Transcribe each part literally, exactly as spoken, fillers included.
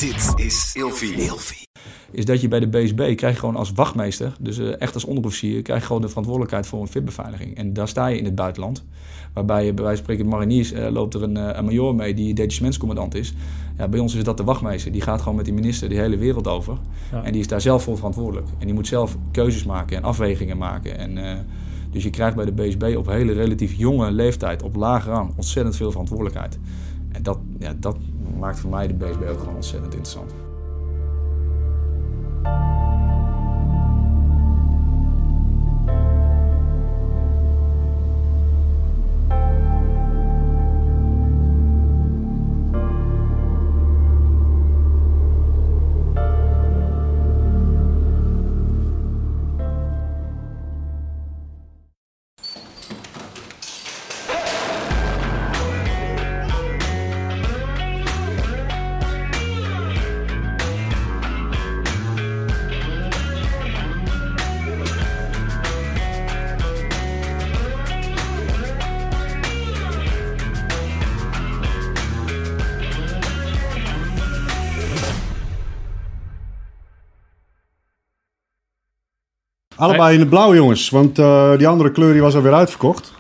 Dit is Ilfie. Is dat je bij de B S B krijg je gewoon als wachtmeester, dus uh, echt als onderofficier, krijg je gewoon de verantwoordelijkheid voor een V I P-beveiliging. En daar sta je in het buitenland. Waarbij je bij wijze van spreken mariniers uh, loopt er een, uh, een major mee die detachementscommandant is. Ja, bij ons is dat de wachtmeester. Die gaat gewoon met die minister de hele wereld over. Ja. En die is daar zelf voor verantwoordelijk. En die moet zelf keuzes maken en afwegingen maken. En, uh, dus je krijgt bij de B S B op hele relatief jonge leeftijd, op lage rang, ontzettend veel verantwoordelijkheid. En dat, ja, dat maakt voor mij de B S B ook gewoon ontzettend interessant. Allebei in het blauw, jongens. Want uh, die andere kleur die was alweer uitverkocht.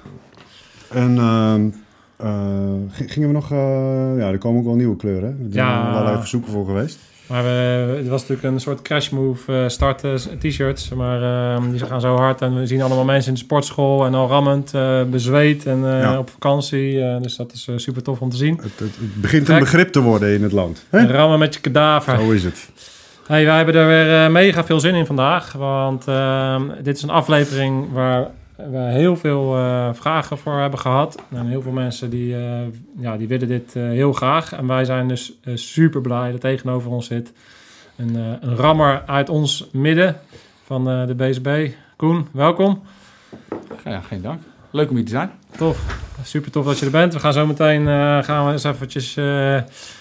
En uh, uh, gingen we nog... Uh, ja, er komen ook wel nieuwe kleuren. Hè? Er zijn ja, wel even zoeken voor geweest. Maar we, het was natuurlijk een soort crash move. Uh, starten t-shirts. Maar uh, die gaan zo hard. En we zien allemaal mensen in de sportschool. En al rammend, uh, bezweet. En uh, ja. op vakantie. Uh, dus dat is uh, super tof om te zien. Het, het, het begint Kijk. een begrip te worden in het land. Hè? Rammen met je kadaver. Zo is het. Hey, wij hebben er weer uh, mega veel zin in vandaag. Want uh, dit is een aflevering waar we heel veel uh, vragen voor hebben gehad. En heel veel mensen die, uh, ja, die willen dit uh, heel graag. En wij zijn dus uh, super blij dat tegenover ons zit een, uh, een rammer uit ons midden van uh, de B S B. Koen, welkom. Ja, geen dank. Leuk om hier te zijn. Tof. Super tof dat je er bent. We gaan zo meteen uh, gaan we eens eventjes... Uh,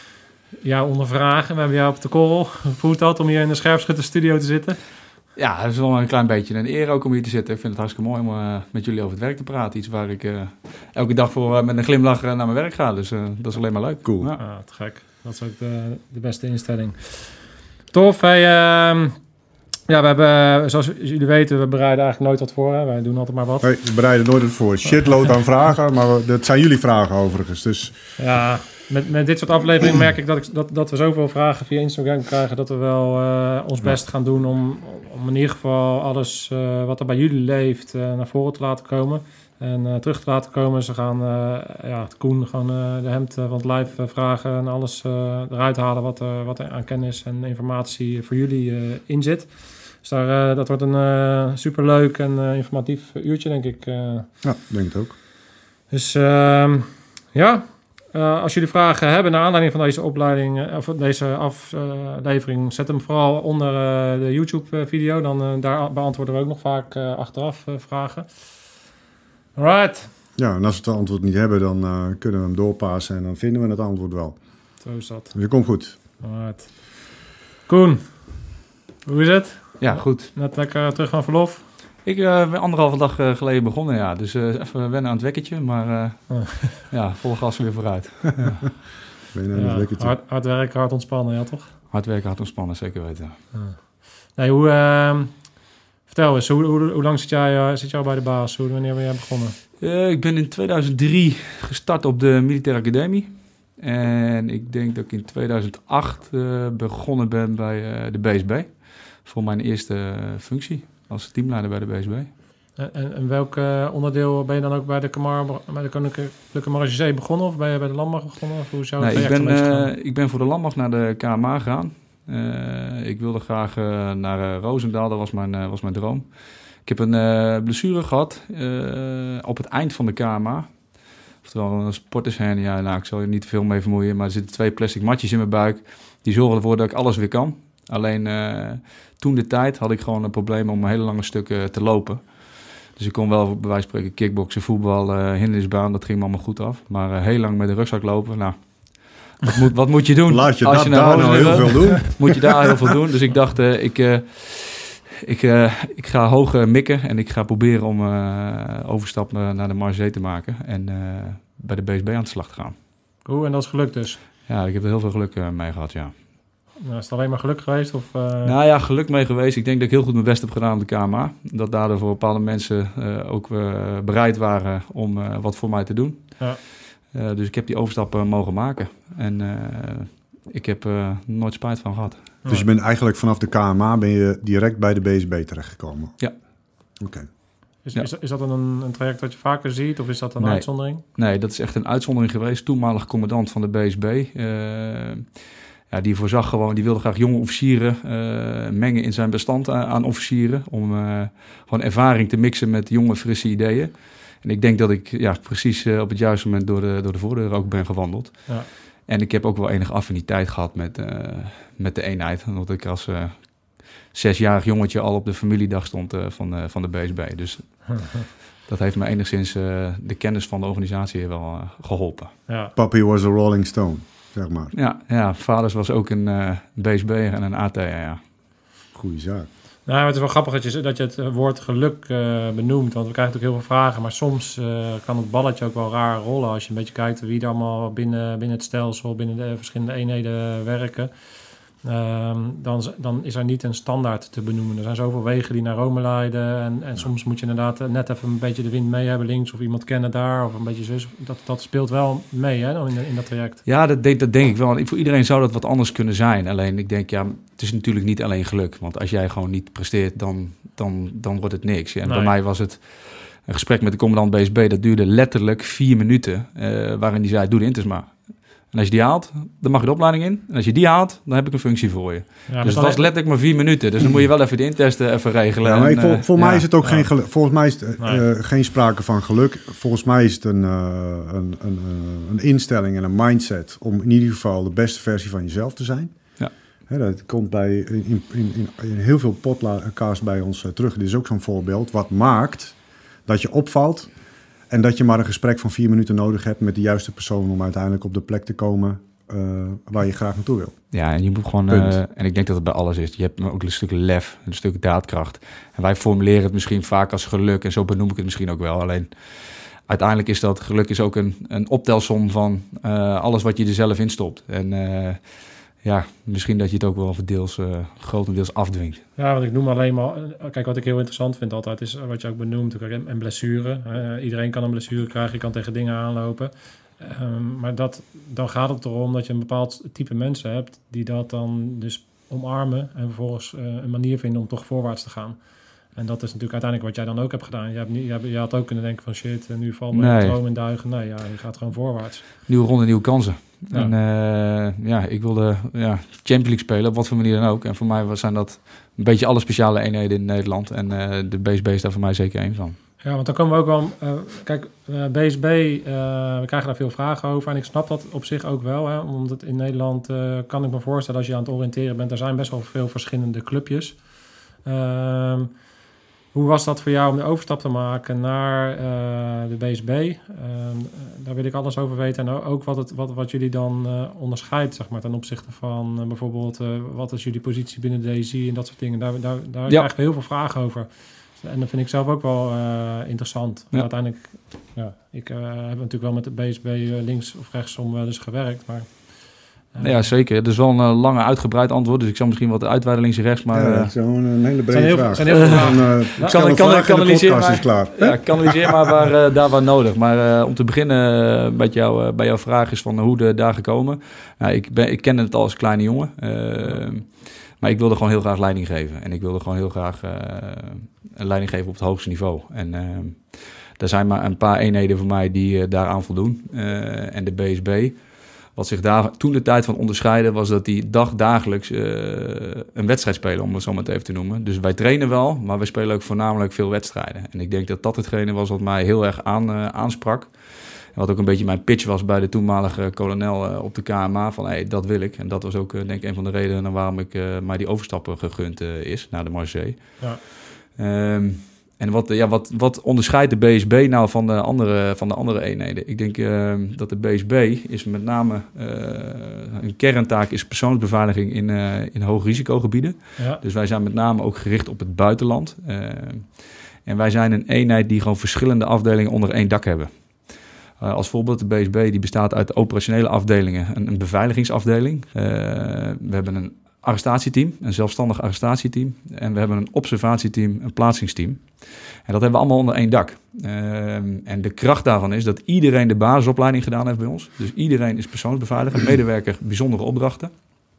jou ondervragen. We hebben jou op de korrel. Hoe voelt dat om hier in de Scherpschutterstudio te zitten? Ja, het is wel een klein beetje een eer ook om hier te zitten. Ik vind het hartstikke mooi om uh, met jullie over het werk te praten. Iets waar ik uh, elke dag voor uh, met een glimlach uh, naar mijn werk ga. Dus uh, dat is alleen maar leuk. Cool. Ja, ah, te gek. Dat is ook de, de beste instelling. Tof. Hey, uh, ja, we hebben, zoals jullie weten, we bereiden eigenlijk nooit wat voor. Hè? Wij doen altijd maar wat. Nee, we bereiden nooit wat voor. Shitload aan vragen, maar we, dat zijn jullie vragen overigens. Dus... Ja, met, met dit soort afleveringen merk ik dat, ik dat dat we zoveel vragen via Instagram krijgen... dat we wel uh, ons best gaan doen om, om in ieder geval alles uh, wat er bij jullie leeft... Uh, naar voren te laten komen en uh, terug te laten komen. Ze gaan uh, ja, Koen gewoon uh, de hemd van het lijf uh, vragen... en alles uh, eruit halen wat, uh, wat er aan kennis en informatie voor jullie uh, in zit... Dus daar, uh, dat wordt een uh, superleuk en uh, informatief uurtje, denk ik. Uh. Ja, denk het ook. Dus uh, ja, uh, als jullie vragen hebben naar aanleiding van deze opleiding, uh, of deze aflevering, uh, zet hem vooral onder uh, de YouTube-video. Dan uh, daar beantwoorden we ook nog vaak uh, achteraf uh, vragen. Alright. Ja, en als we het antwoord niet hebben, dan uh, kunnen we hem doorpassen en dan vinden we het antwoord wel. Zo is dat. Dus het komt goed. Alright. Koen, hoe is het? Ja, goed. Net lekker terug van verlof? Ik uh, ben anderhalve dag uh, geleden begonnen, ja. Dus uh, even wennen aan het wekkertje, maar uh, oh. ja, vol gas weer vooruit. Ja. Wennen aan het wekkertje. Hard, hard werken, hard ontspannen, ja toch? Hard werken, hard ontspannen, zeker weten. Ja. Nee, hoe, uh, vertel eens, hoe, hoe, hoe lang zit jij, uh, zit jij bij de baas? Hoe, wanneer ben jij begonnen? Uh, ik ben in tweeduizend drie gestart op de Militaire Academie. En ik denk dat ik in tweeduizend acht uh, begonnen ben bij uh, de B S B. Voor mijn eerste uh, functie als teamleider bij de B S B. En, en, en welk uh, onderdeel ben je dan ook bij de, Kamar, bij de Koninklijke Marechaussee begonnen? Of ben je bij de Landmacht begonnen? Of hoe zou nee, ik, ben, uh, ik ben voor de Landmacht naar de K M A gegaan. Uh, ik wilde graag uh, naar uh, Roosendaal, dat was mijn, uh, was mijn droom. Ik heb een uh, blessure gehad uh, op het eind van de K M A. Oftewel een sportershernia. Nou, ik zal je niet te veel mee vermoeien, maar er zitten twee plastic matjes in mijn buik. Die zorgen ervoor dat ik alles weer kan. Alleen uh, toen de tijd had ik gewoon een probleem om hele lange stukken te lopen. Dus ik kon wel bij wijze van spreken kickboksen, voetbal, uh, hindernisbaan, dat ging me allemaal goed af. Maar uh, heel lang met een rugzak lopen, nou, wat moet, wat moet je doen? Laat je als dat je daar nou heel veel doen? Moet je daar heel veel doen. Dus ik dacht, uh, ik, uh, ik, uh, ik ga hoog uh, mikken en ik ga proberen om uh, overstap uh, naar de Marechaussee te maken. En uh, bij de B S B aan de slag te gaan. Oeh, en dat is gelukt dus? Ja, ik heb er heel veel geluk uh, mee gehad, ja. Nou, is het alleen maar geluk geweest? Of, uh... Nou ja, geluk mee geweest. Ik denk dat ik heel goed mijn best heb gedaan op de K M A. Dat daardoor voor bepaalde mensen uh, ook uh, bereid waren om uh, wat voor mij te doen. Ja. Uh, dus ik heb die overstap uh, mogen maken. En uh, ik heb uh, nooit spijt van gehad. Dus je bent eigenlijk vanaf de K M A ben je direct bij de B S B terechtgekomen? Ja. Oké. Okay. Is, ja. is, is dat een, een traject dat je vaker ziet of is dat een nee. uitzondering? Nee, dat is echt een uitzondering geweest. Toenmalig commandant van de B S B. Uh, ja, die voorzag gewoon, die wilde graag jonge officieren uh, mengen in zijn bestand aan, aan officieren. Om uh, gewoon ervaring te mixen met jonge, frisse ideeën. En ik denk dat ik ja, precies uh, op het juiste moment door de, door de voordeur ook ben gewandeld. Ja. En ik heb ook wel enige affiniteit gehad met, uh, met de eenheid. Omdat ik als uh, zesjarig jongetje al op de familiedag stond uh, van, uh, van de B S B. Dus dat heeft me enigszins uh, de kennis van de organisatie wel uh, geholpen. Ja. Papi was a Rolling Stone, zeg maar. Ja, ja, vaders was ook een uh, B S B en een A T, ja. Goeie zaak. Nou, het is wel grappig dat je, dat je het woord geluk uh, benoemt, want we krijgen natuurlijk heel veel vragen, maar soms uh, kan het balletje ook wel raar rollen als je een beetje kijkt wie er allemaal binnen, binnen het stelsel, binnen de verschillende eenheden werken. Um, dan, dan is er niet een standaard te benoemen. Er zijn zoveel wegen die naar Rome leiden en, en soms moet je inderdaad net even een beetje de wind mee hebben links of iemand kennen daar of een beetje zus. Dat, dat speelt wel mee hè, in, in dat traject. Ja, dat denk, dat denk ik wel. Voor iedereen zou dat wat anders kunnen zijn. Alleen ik denk, ja, het is natuurlijk niet alleen geluk. Want als jij gewoon niet presteert, dan, dan, dan wordt het niks. En nee. Bij mij was het een gesprek met de commandant B S B. Dat duurde letterlijk vier minuten. Uh, waarin hij zei, doe de inters maar. En als je die haalt, dan mag je de opleiding in. En als je die haalt, dan heb ik een functie voor je. Ja, dus het was letterlijk maar vier minuten. Dus dan moet je wel even de intesten even regelen. Ja, maar en, ik, voor voor uh, mij ja. is het ook ja. geen geluk. Volgens mij is het uh, nee. geen sprake van geluk. Volgens mij is het een, uh, een, een, een instelling en een mindset om in ieder geval de beste versie van jezelf te zijn. Ja. Hè, dat komt bij, in, in, in, in heel veel podcasts bij ons uh, terug. Dit is ook zo'n voorbeeld. Wat maakt dat je opvalt en dat je maar een gesprek van vier minuten nodig hebt met de juiste persoon om uiteindelijk op de plek te komen Uh, waar je graag naartoe wil. Ja, en je moet gewoon... Uh, en ik denk dat het bij alles is. Je hebt ook een stuk lef, een stuk daadkracht. En wij formuleren het misschien vaak als geluk. En zo benoem ik het misschien ook wel. Alleen uiteindelijk is dat geluk is ook een, een optelsom van uh, alles wat je er zelf in stopt. En uh, ja, misschien dat je het ook wel deels, uh, grotendeels afdwingt. Ja, want ik noem alleen maar... Kijk, wat ik heel interessant vind altijd is wat je ook benoemt. Een blessure. Uh, iedereen kan een blessure krijgen. Je kan tegen dingen aanlopen. Um, maar dat, dan gaat het erom dat je een bepaald type mensen hebt die dat dan dus omarmen en vervolgens uh, een manier vinden om toch voorwaarts te gaan. En dat is natuurlijk uiteindelijk wat jij dan ook hebt gedaan. Je, hebt niet, je, hebt, je had ook kunnen denken van shit, nu valt mijn nee. droom in duigen. Nee, ja, je gaat gewoon voorwaarts. Nieuwe ronde, nieuwe kansen. Ja. En uh, ja, ik wilde ja, Champions League spelen, op wat voor manier dan ook. En voor mij zijn dat een beetje alle speciale eenheden in Nederland. En uh, de B S B is daar voor mij zeker één van. Ja, want dan komen we ook wel... Uh, kijk, uh, B S B, uh, we krijgen daar veel vragen over. En ik snap dat op zich ook wel. Hè, omdat in Nederland uh, kan ik me voorstellen... als je aan het oriënteren bent... er zijn best wel veel verschillende clubjes. Uh, hoe was dat voor jou om de overstap te maken naar uh, de B S B? Uh, daar wil ik alles over weten. En ook wat, het, wat, wat jullie dan uh, onderscheidt... zeg maar, ten opzichte van uh, bijvoorbeeld... Uh, wat is jullie positie binnen de D S I en dat soort dingen. Daar, daar, daar ja. krijgen we heel veel vragen over... En dat vind ik zelf ook wel uh, interessant. Ja. Uiteindelijk, ja, ik uh, heb natuurlijk wel met de B S B uh, links of rechtsom wel eens gewerkt, maar... Uh, ja, zeker. Het is wel een uh, lange uitgebreid antwoord, dus ik zal misschien wat uitweiden links en rechts, maar... Ja, uh, zo'n een hele brede heel, vraag. Zijn heel veel vragen. Uh, ik kan, kan, kan, kanaliseer maar, is klaar. Ja, kanaliseer maar waar, uh, daar waar nodig. Maar uh, om te beginnen uh, met jou, uh, bij jouw vraag is van uh, hoe de dagen komen. Nou, ik, ben, ik kende het al als kleine jongen. Uh, Maar ik wilde gewoon heel graag leiding geven. En ik wilde gewoon heel graag uh, een leiding geven op het hoogste niveau. En uh, er zijn maar een paar eenheden voor mij die uh, daaraan voldoen. Uh, en de B S B, wat zich daar toen de tijd van onderscheidde... was dat die dag dagelijks uh, een wedstrijd spelen, om het zo maar even te noemen. Dus wij trainen wel, maar we spelen ook voornamelijk veel wedstrijden. En ik denk dat dat hetgene was wat mij heel erg aan, uh, aansprak. En wat ook een beetje mijn pitch was bij de toenmalige kolonel uh, op de K M A. Van, hey, dat wil ik. En dat was ook uh, denk ik een van de redenen waarom ik uh, mij die overstappen gegund uh, is naar de Marseille. Ja. Um, en wat, ja, wat, wat onderscheidt de B S B nou van de andere, van de andere eenheden? Ik denk uh, dat de B S B is met name... Uh, een kerntaak is persoonsbeveiliging in, uh, in hoogrisicogebieden. Ja. Dus wij zijn met name ook gericht op het buitenland. Uh, en wij zijn een eenheid die gewoon verschillende afdelingen onder één dak hebben. Uh, als voorbeeld, de B S B die bestaat uit operationele afdelingen. Een, een beveiligingsafdeling. Uh, we hebben een arrestatieteam, een zelfstandig arrestatieteam. En we hebben een observatieteam, een plaatsingsteam. En dat hebben we allemaal onder één dak. Uh, en de kracht daarvan is dat iedereen de basisopleiding gedaan heeft bij ons. Dus iedereen is persoonsbeveiliger, medewerker, bijzondere opdrachten.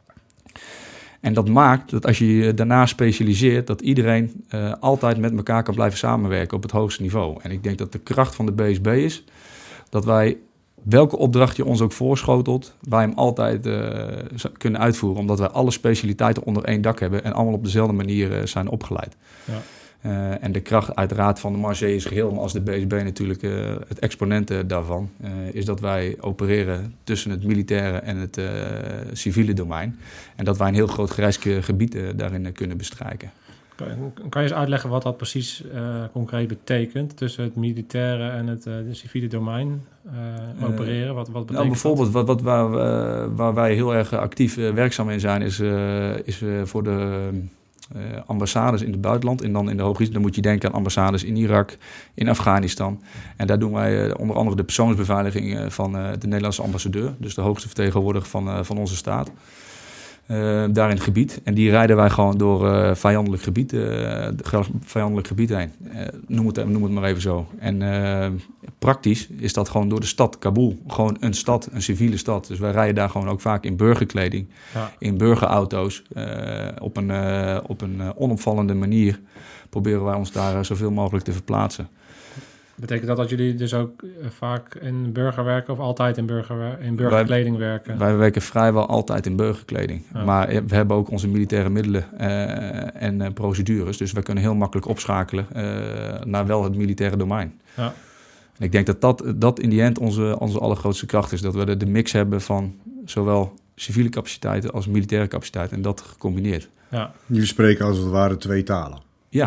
En dat maakt dat als je je daarna specialiseert, dat iedereen uh, altijd met elkaar kan blijven samenwerken op het hoogste niveau. En ik denk dat de kracht van de B S B is dat wij, welke opdracht je ons ook voorschotelt, wij hem altijd uh, kunnen uitvoeren. Omdat wij alle specialiteiten onder één dak hebben en allemaal op dezelfde manier uh, zijn opgeleid. Ja. Uh, en de kracht uiteraard van de Marseillais geheel, maar als de B S B natuurlijk uh, het exponent uh, daarvan, uh, is dat wij opereren tussen het militaire en het uh, civiele domein. En dat wij een heel groot grijs gebied uh, daarin uh, kunnen bestrijken. Kan, kan je eens uitleggen wat dat precies uh, concreet betekent tussen het militaire en het uh, de civiele domein uh, opereren? Wat, wat betekent nou, bijvoorbeeld wat, wat waar, uh, waar wij heel erg actief uh, werkzaam in zijn, is, uh, is uh, voor de uh, ambassades in het buitenland. En dan in de hoogriet, dan moet je denken aan ambassades in Irak, in Afghanistan. En daar doen wij uh, onder andere de persoonsbeveiliging uh, van uh, de Nederlandse ambassadeur. Dus de hoogste vertegenwoordiger van, uh, van onze staat. Uh, daar in het gebied. En die rijden wij gewoon door uh, vijandelijk, gebied, uh, vijandelijk gebied heen. Uh, noem, het, noem het maar even zo. En uh, praktisch is dat gewoon door de stad Kabul. Gewoon een stad, een civiele stad. Dus wij rijden daar gewoon ook vaak in burgerkleding. Ja. In burgerauto's. Uh, op een, uh, op een uh, onopvallende manier proberen wij ons daar uh, zoveel mogelijk te verplaatsen. Betekent dat dat jullie dus ook uh, vaak in burger werken of altijd in, burger, in burgerkleding wij, werken? Wij werken vrijwel altijd in burgerkleding. Ja. Maar we hebben ook onze militaire middelen uh, en uh, procedures. Dus we kunnen heel makkelijk opschakelen uh, naar wel het militaire domein. Ja. En ik denk dat dat, dat in die end onze, onze allergrootste kracht is. Dat we de, de mix hebben van zowel civiele capaciteiten als militaire capaciteiten. En dat gecombineerd. Ja. Jullie spreken als het ware twee talen. Ja,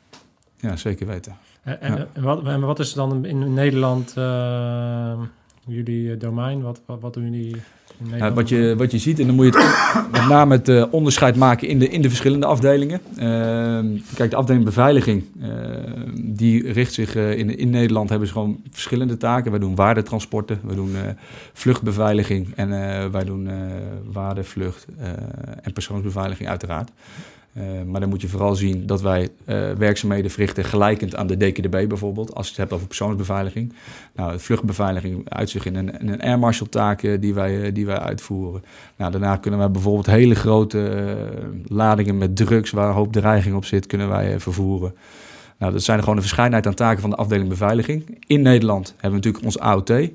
ja zeker weten. En, ja. en, wat, en wat is dan in Nederland uh, jullie domein? Wat, wat, wat doen jullie in Nederland? Ja, wat, je, wat je ziet, en dan moet je het met name het uh, onderscheid maken in de, in de verschillende afdelingen. Uh, kijk, de afdeling beveiliging, uh, die richt zich uh, in, in Nederland, hebben ze gewoon verschillende taken. Wij doen waardetransporten, we doen uh, vluchtbeveiliging en uh, wij doen uh, waarde, vlucht uh, en persoonsbeveiliging uiteraard. Uh, maar dan moet je vooral zien dat wij uh, werkzaamheden verrichten gelijkend aan de D K D B bijvoorbeeld, als je het hebt over persoonsbeveiliging. Nou, de vluchtbeveiliging uitzicht in een, in een air marshal taken die wij, uh, die wij uitvoeren. Nou, daarna kunnen wij bijvoorbeeld hele grote uh, ladingen met drugs waar een hoop dreiging op zit, kunnen wij uh, vervoeren. Nou, dat zijn er gewoon een verscheidenheid aan taken van de afdeling beveiliging. In Nederland hebben we natuurlijk ons A O T. Uh,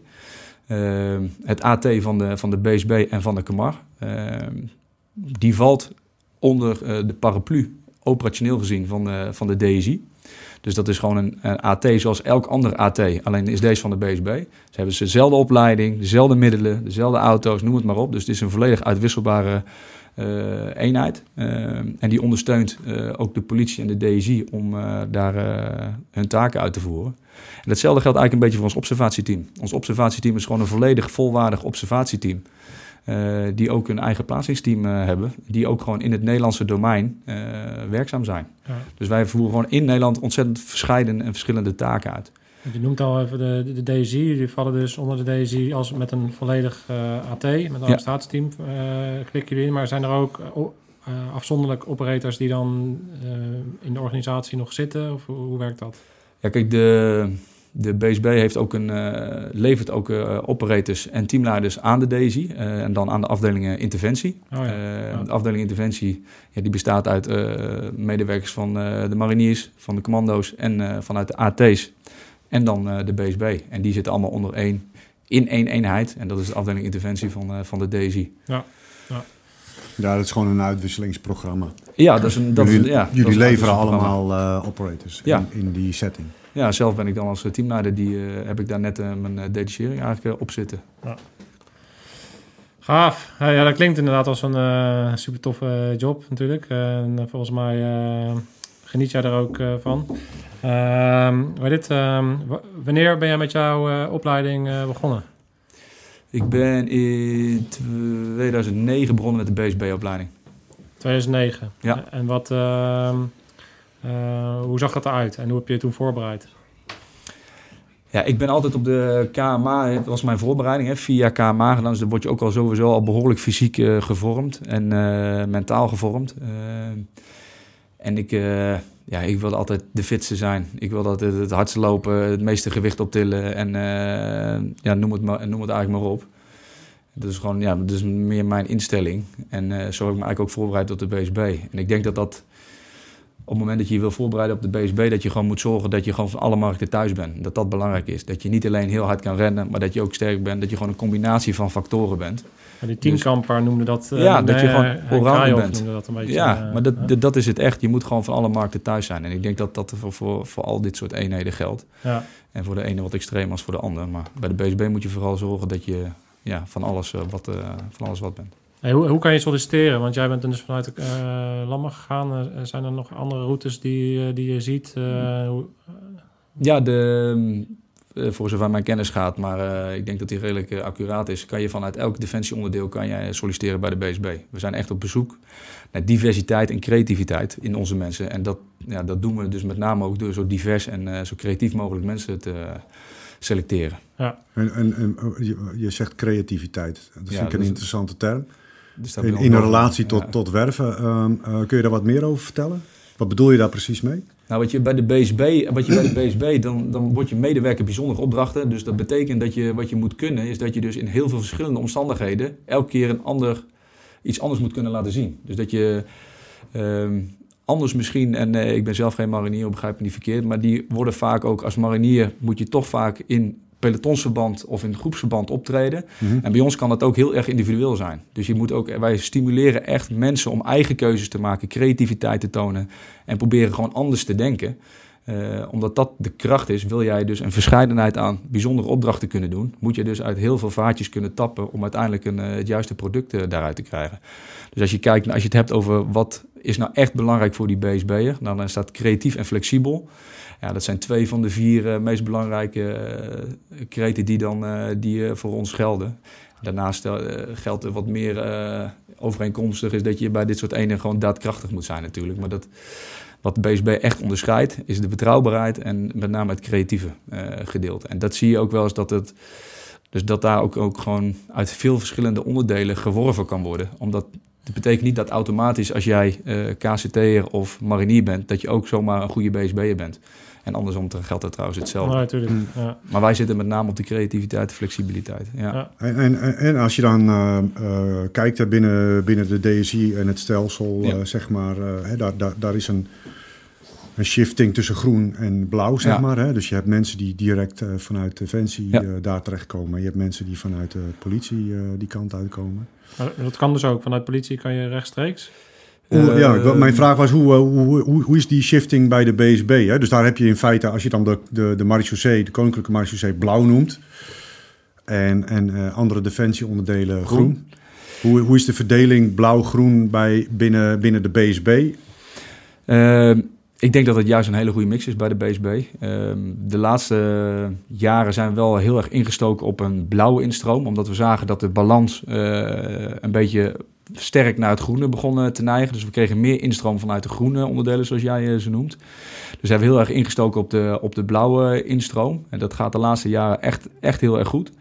het A T van de, van de B S B en van de Kamar. Uh, die valt onder uh, de paraplu, operationeel gezien, van de, van de D S I. Dus dat is gewoon een, een A T zoals elk ander A T, alleen is deze van de B S B. Ze hebben dezelfde opleiding, dezelfde middelen, dezelfde auto's, noem het maar op. Dus het is een volledig uitwisselbare uh, eenheid. Uh, en die ondersteunt uh, ook de politie en de D S I om uh, daar uh, hun taken uit te voeren. En datzelfde geldt eigenlijk een beetje voor ons observatieteam. Ons observatieteam is gewoon een volledig volwaardig observatieteam. Uh, die ook een eigen plaatsingsteam uh, hebben, die ook gewoon in het Nederlandse domein uh, werkzaam zijn. Ja. Dus wij voeren gewoon in Nederland ontzettend verscheidene en verschillende taken uit. Je noemt al even de, de, de D S I, die vallen dus onder de D S I als met een volledig uh, A T, met een arrestatieteam uh, klikken jullie in, maar zijn er ook uh, afzonderlijk operators die dan uh, in de organisatie nog zitten, of hoe, hoe werkt dat? Ja, kijk, de... De B S B heeft ook een, uh, levert ook uh, operators en teamleiders aan de D S I uh, en dan aan de afdeling interventie. Oh ja. Uh, ja. De afdeling interventie ja, die bestaat uit uh, medewerkers van uh, de mariniers, van de commando's en uh, vanuit de A T's en dan uh, de B S B. En die zitten allemaal onder één, in één eenheid en dat is de afdeling interventie van, uh, van de D S I. Ja. Ja. Ja, dat is gewoon een uitwisselingsprogramma. Ja, dat is een, dat jullie is, ja, jullie dat leveren allemaal uh, operators ja. in, in die setting. Ja, zelf ben ik dan als teamleider, die, uh, heb ik daar net uh, mijn uh, detachering eigenlijk uh, op zitten. Ja. Gaaf. Ja, ja, dat klinkt inderdaad als een uh, super toffe job natuurlijk. Uh, en uh, volgens mij uh, geniet jij er ook uh, van. Uh, dit, uh, w- wanneer ben jij met jouw uh, opleiding uh, begonnen? Ik ben in tweeduizend negen begonnen met de B S B-opleiding. tweeduizend negen? Ja. En wat... Uh, Uh, hoe zag dat eruit en hoe heb je het toen voorbereid? Ja, ik ben altijd op de K M A, dat was mijn voorbereiding, hè, vier jaar K M A gedaan. Dus dan word je ook al sowieso al behoorlijk fysiek uh, gevormd en uh, mentaal gevormd. Uh, en ik, uh, ja, ik wilde altijd de fitste zijn. Ik wilde altijd het hardste lopen, het meeste gewicht optillen en uh, ja, noem, het maar, noem het eigenlijk maar op. Dat is gewoon, ja, dat is meer mijn instelling. En uh, zo heb ik me eigenlijk ook voorbereid op de B S B. En ik denk dat dat... Op het moment dat je je wil voorbereiden op de B S B... dat je gewoon moet zorgen dat je gewoon van alle markten thuis bent. Dat dat belangrijk is. Dat je niet alleen heel hard kan rennen... maar dat je ook sterk bent. Dat je gewoon een combinatie van factoren bent. Ja, die teamkamper dus, noemde dat... Uh, ja, dat je gewoon allrounder bent. Dat een beetje, ja, uh, maar dat, uh. dat, dat is het echt. Je moet gewoon van alle markten thuis zijn. En ik denk dat dat voor, voor, voor al dit soort eenheden geldt. Ja. En voor de ene wat extreem als voor de ander. Maar bij de B S B moet je vooral zorgen dat je ja, van, alles, uh, wat, uh, van alles wat bent. Hey, hoe, hoe kan je solliciteren? Want jij bent dus vanuit uh, Lammen gegaan. Uh, zijn er nog andere routes die, uh, die je ziet? Uh, hoe, uh... Ja, de, uh, voor zover mijn kennis gaat, maar uh, ik denk dat die redelijk uh, accuraat is. Kan je vanuit elk defensieonderdeel kan jij solliciteren bij de B S B. We zijn echt op bezoek naar diversiteit en creativiteit in onze mensen. En dat, ja, dat doen we dus met name ook door zo divers en uh, zo creatief mogelijk mensen te uh, selecteren. Ja. En, en, en je, je zegt creativiteit. Dat vind ja, ik een interessante term. Dus in, in een relatie tot, ja. tot werven. Um, uh, kun je daar wat meer over vertellen? Wat bedoel je daar precies mee? Nou, wat je bij de B S B, wat je bij de B S B dan, dan wordt je medewerker bijzondere opdrachten. Dus dat betekent dat je wat je moet kunnen, is dat je dus in heel veel verschillende omstandigheden elke keer een ander, iets anders moet kunnen laten zien. Dus dat je um, anders misschien, en uh, ik ben zelf geen marinier, begrijp me niet verkeerd, maar die worden vaak ook als marinier, moet je toch vaak in pelotonsverband of in groepsverband optreden. Mm-hmm. En bij ons kan dat ook heel erg individueel zijn. Dus je moet ook, wij stimuleren echt mensen om eigen keuzes te maken, creativiteit te tonen en proberen gewoon anders te denken. Uh, omdat dat de kracht is, wil jij dus een verscheidenheid aan bijzondere opdrachten kunnen doen, moet je dus uit heel veel vaatjes kunnen tappen om uiteindelijk een, uh, het juiste product uh, daaruit te krijgen. Dus als je kijkt, als je het hebt over wat is nou echt belangrijk voor die B S B'er, dan uh, staat creatief en flexibel. Ja, dat zijn twee van de vier uh, meest belangrijke uh, kreten die, dan, uh, die uh, voor ons gelden. Daarnaast uh, geldt er wat meer uh, overeenkomstig is dat je bij dit soort eenheden gewoon daadkrachtig moet zijn natuurlijk. Maar dat, wat de B S B echt onderscheidt is de betrouwbaarheid en met name het creatieve uh, gedeelte. En dat zie je ook wel eens dat het, dus dat daar ook, ook gewoon uit veel verschillende onderdelen geworven kan worden. Omdat dat betekent niet dat automatisch als jij uh, K C T'er of marinier bent, dat je ook zomaar een goede B S B'er bent. En andersom geldt dat trouwens hetzelfde. Ja, natuurlijk. Ja. Maar wij zitten met name op de creativiteit en flexibiliteit. Ja. Ja. En, en, en als je dan uh, uh, kijkt binnen, binnen de D S I en het stelsel, ja. uh, zeg maar, uh, hè, daar, daar, daar is een, een shifting tussen groen en blauw, zeg ja. maar. Hè? Dus je hebt mensen die direct uh, vanuit Defensie ja. uh, daar terechtkomen. Je hebt mensen die vanuit de politie uh, die kant uitkomen. Maar dat kan dus ook. Vanuit politie kan je rechtstreeks? Hoe, ja, mijn vraag was, hoe, hoe, hoe, hoe is die shifting bij de B S B? Hè? Dus daar heb je in feite, als je dan de, de, de marechaussee, de Koninklijke Marechaussee blauw noemt en, en uh, andere defensieonderdelen groen. groen. Hoe, hoe is de verdeling blauw-groen bij, binnen, binnen de B S B? Uh, ik denk dat het juist een hele goede mix is bij de B S B. Uh, de laatste jaren zijn we wel heel erg ingestoken op een blauwe instroom, omdat we zagen dat de balans uh, een beetje sterk naar het groene begonnen te neigen. Dus we kregen meer instroom vanuit de groene onderdelen, zoals jij ze noemt. Dus hebben we heel erg ingestoken op de, op de blauwe instroom. En dat gaat de laatste jaren echt, echt heel erg goed.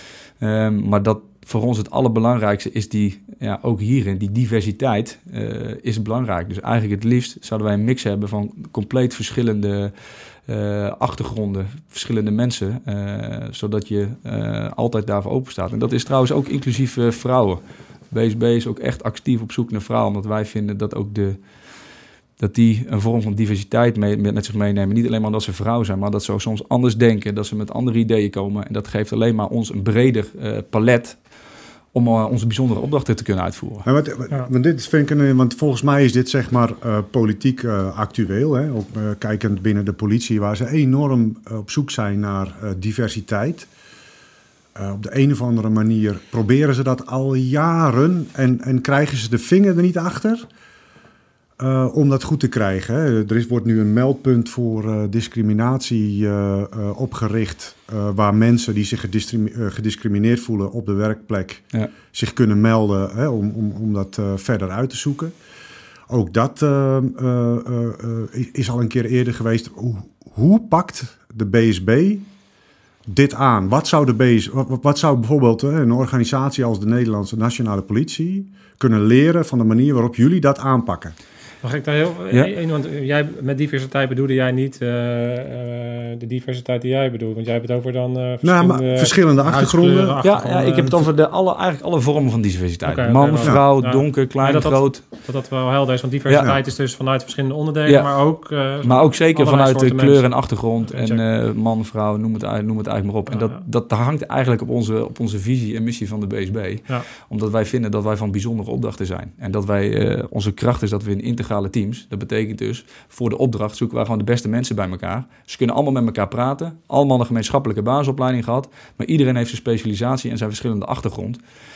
Um, maar dat voor ons het allerbelangrijkste is die, ja, ook hierin, die diversiteit uh, is belangrijk. Dus eigenlijk het liefst zouden wij een mix hebben van compleet verschillende uh, achtergronden, verschillende mensen, uh, zodat je uh, altijd daarvoor open staat. En dat is trouwens ook inclusief uh, vrouwen. B S B is ook echt actief op zoek naar vrouwen, omdat wij vinden dat ook de, dat die een vorm van diversiteit mee, met, met zich meenemen. Niet alleen maar omdat ze vrouw zijn, maar dat ze ook soms anders denken, dat ze met andere ideeën komen. En dat geeft alleen maar ons een breder uh, palet om uh, onze bijzondere opdrachten te kunnen uitvoeren. En wat, ja. want, dit vind ik een, want volgens mij is dit zeg maar uh, politiek uh, actueel. Hè? Ook, uh, kijkend binnen de politie, waar ze enorm uh, op zoek zijn naar uh, diversiteit. Uh, op de een of andere manier proberen ze dat al jaren en, en krijgen ze de vinger er niet achter uh, om dat goed te krijgen. Hè. Er is, wordt nu een meldpunt voor uh, discriminatie uh, uh, opgericht, uh, waar mensen die zich gediscrimi- uh, gediscrimineerd voelen op de werkplek ja. zich kunnen melden, hè, om, om, om dat uh, verder uit te zoeken. Ook dat uh, uh, uh, is al een keer eerder geweest. Hoe, hoe pakt de B S B dit aan? Wat zou, de B S, wat, wat zou bijvoorbeeld een organisatie als de Nederlandse Nationale Politie kunnen leren van de manier waarop jullie dat aanpakken? Mag ik daar heel... Ja. Want jij, met diversiteit bedoelde jij niet uh, uh, de diversiteit die jij bedoelt. Want jij hebt het over dan uh, verschillende... Nou, maar verschillende achtergronden. Ja, ja, ik heb het over de alle, eigenlijk alle vormen van diversiteit. Okay, Man, okay, vrouw, ja. donker, klein, ja, dat groot. Dat, dat dat wel helder is. Want diversiteit ja. is dus vanuit verschillende onderdelen. Ja. Maar ook... Uh, maar ook zeker vanuit de kleur mensen. En achtergrond. En uh, man, vrouw, noem het, noem het eigenlijk maar op. En ja, dat, dat hangt eigenlijk op onze, op onze visie en missie van de B S B. Ja. Omdat wij vinden dat wij van bijzondere opdrachten zijn. En dat wij... Uh, onze kracht is dat we in integrale teams... Dat betekent dus, voor de opdracht zoeken wij gewoon de beste mensen bij elkaar. Ze kunnen allemaal met elkaar praten. Allemaal een gemeenschappelijke basisopleiding gehad. Maar iedereen heeft zijn specialisatie en zijn verschillende achtergrond.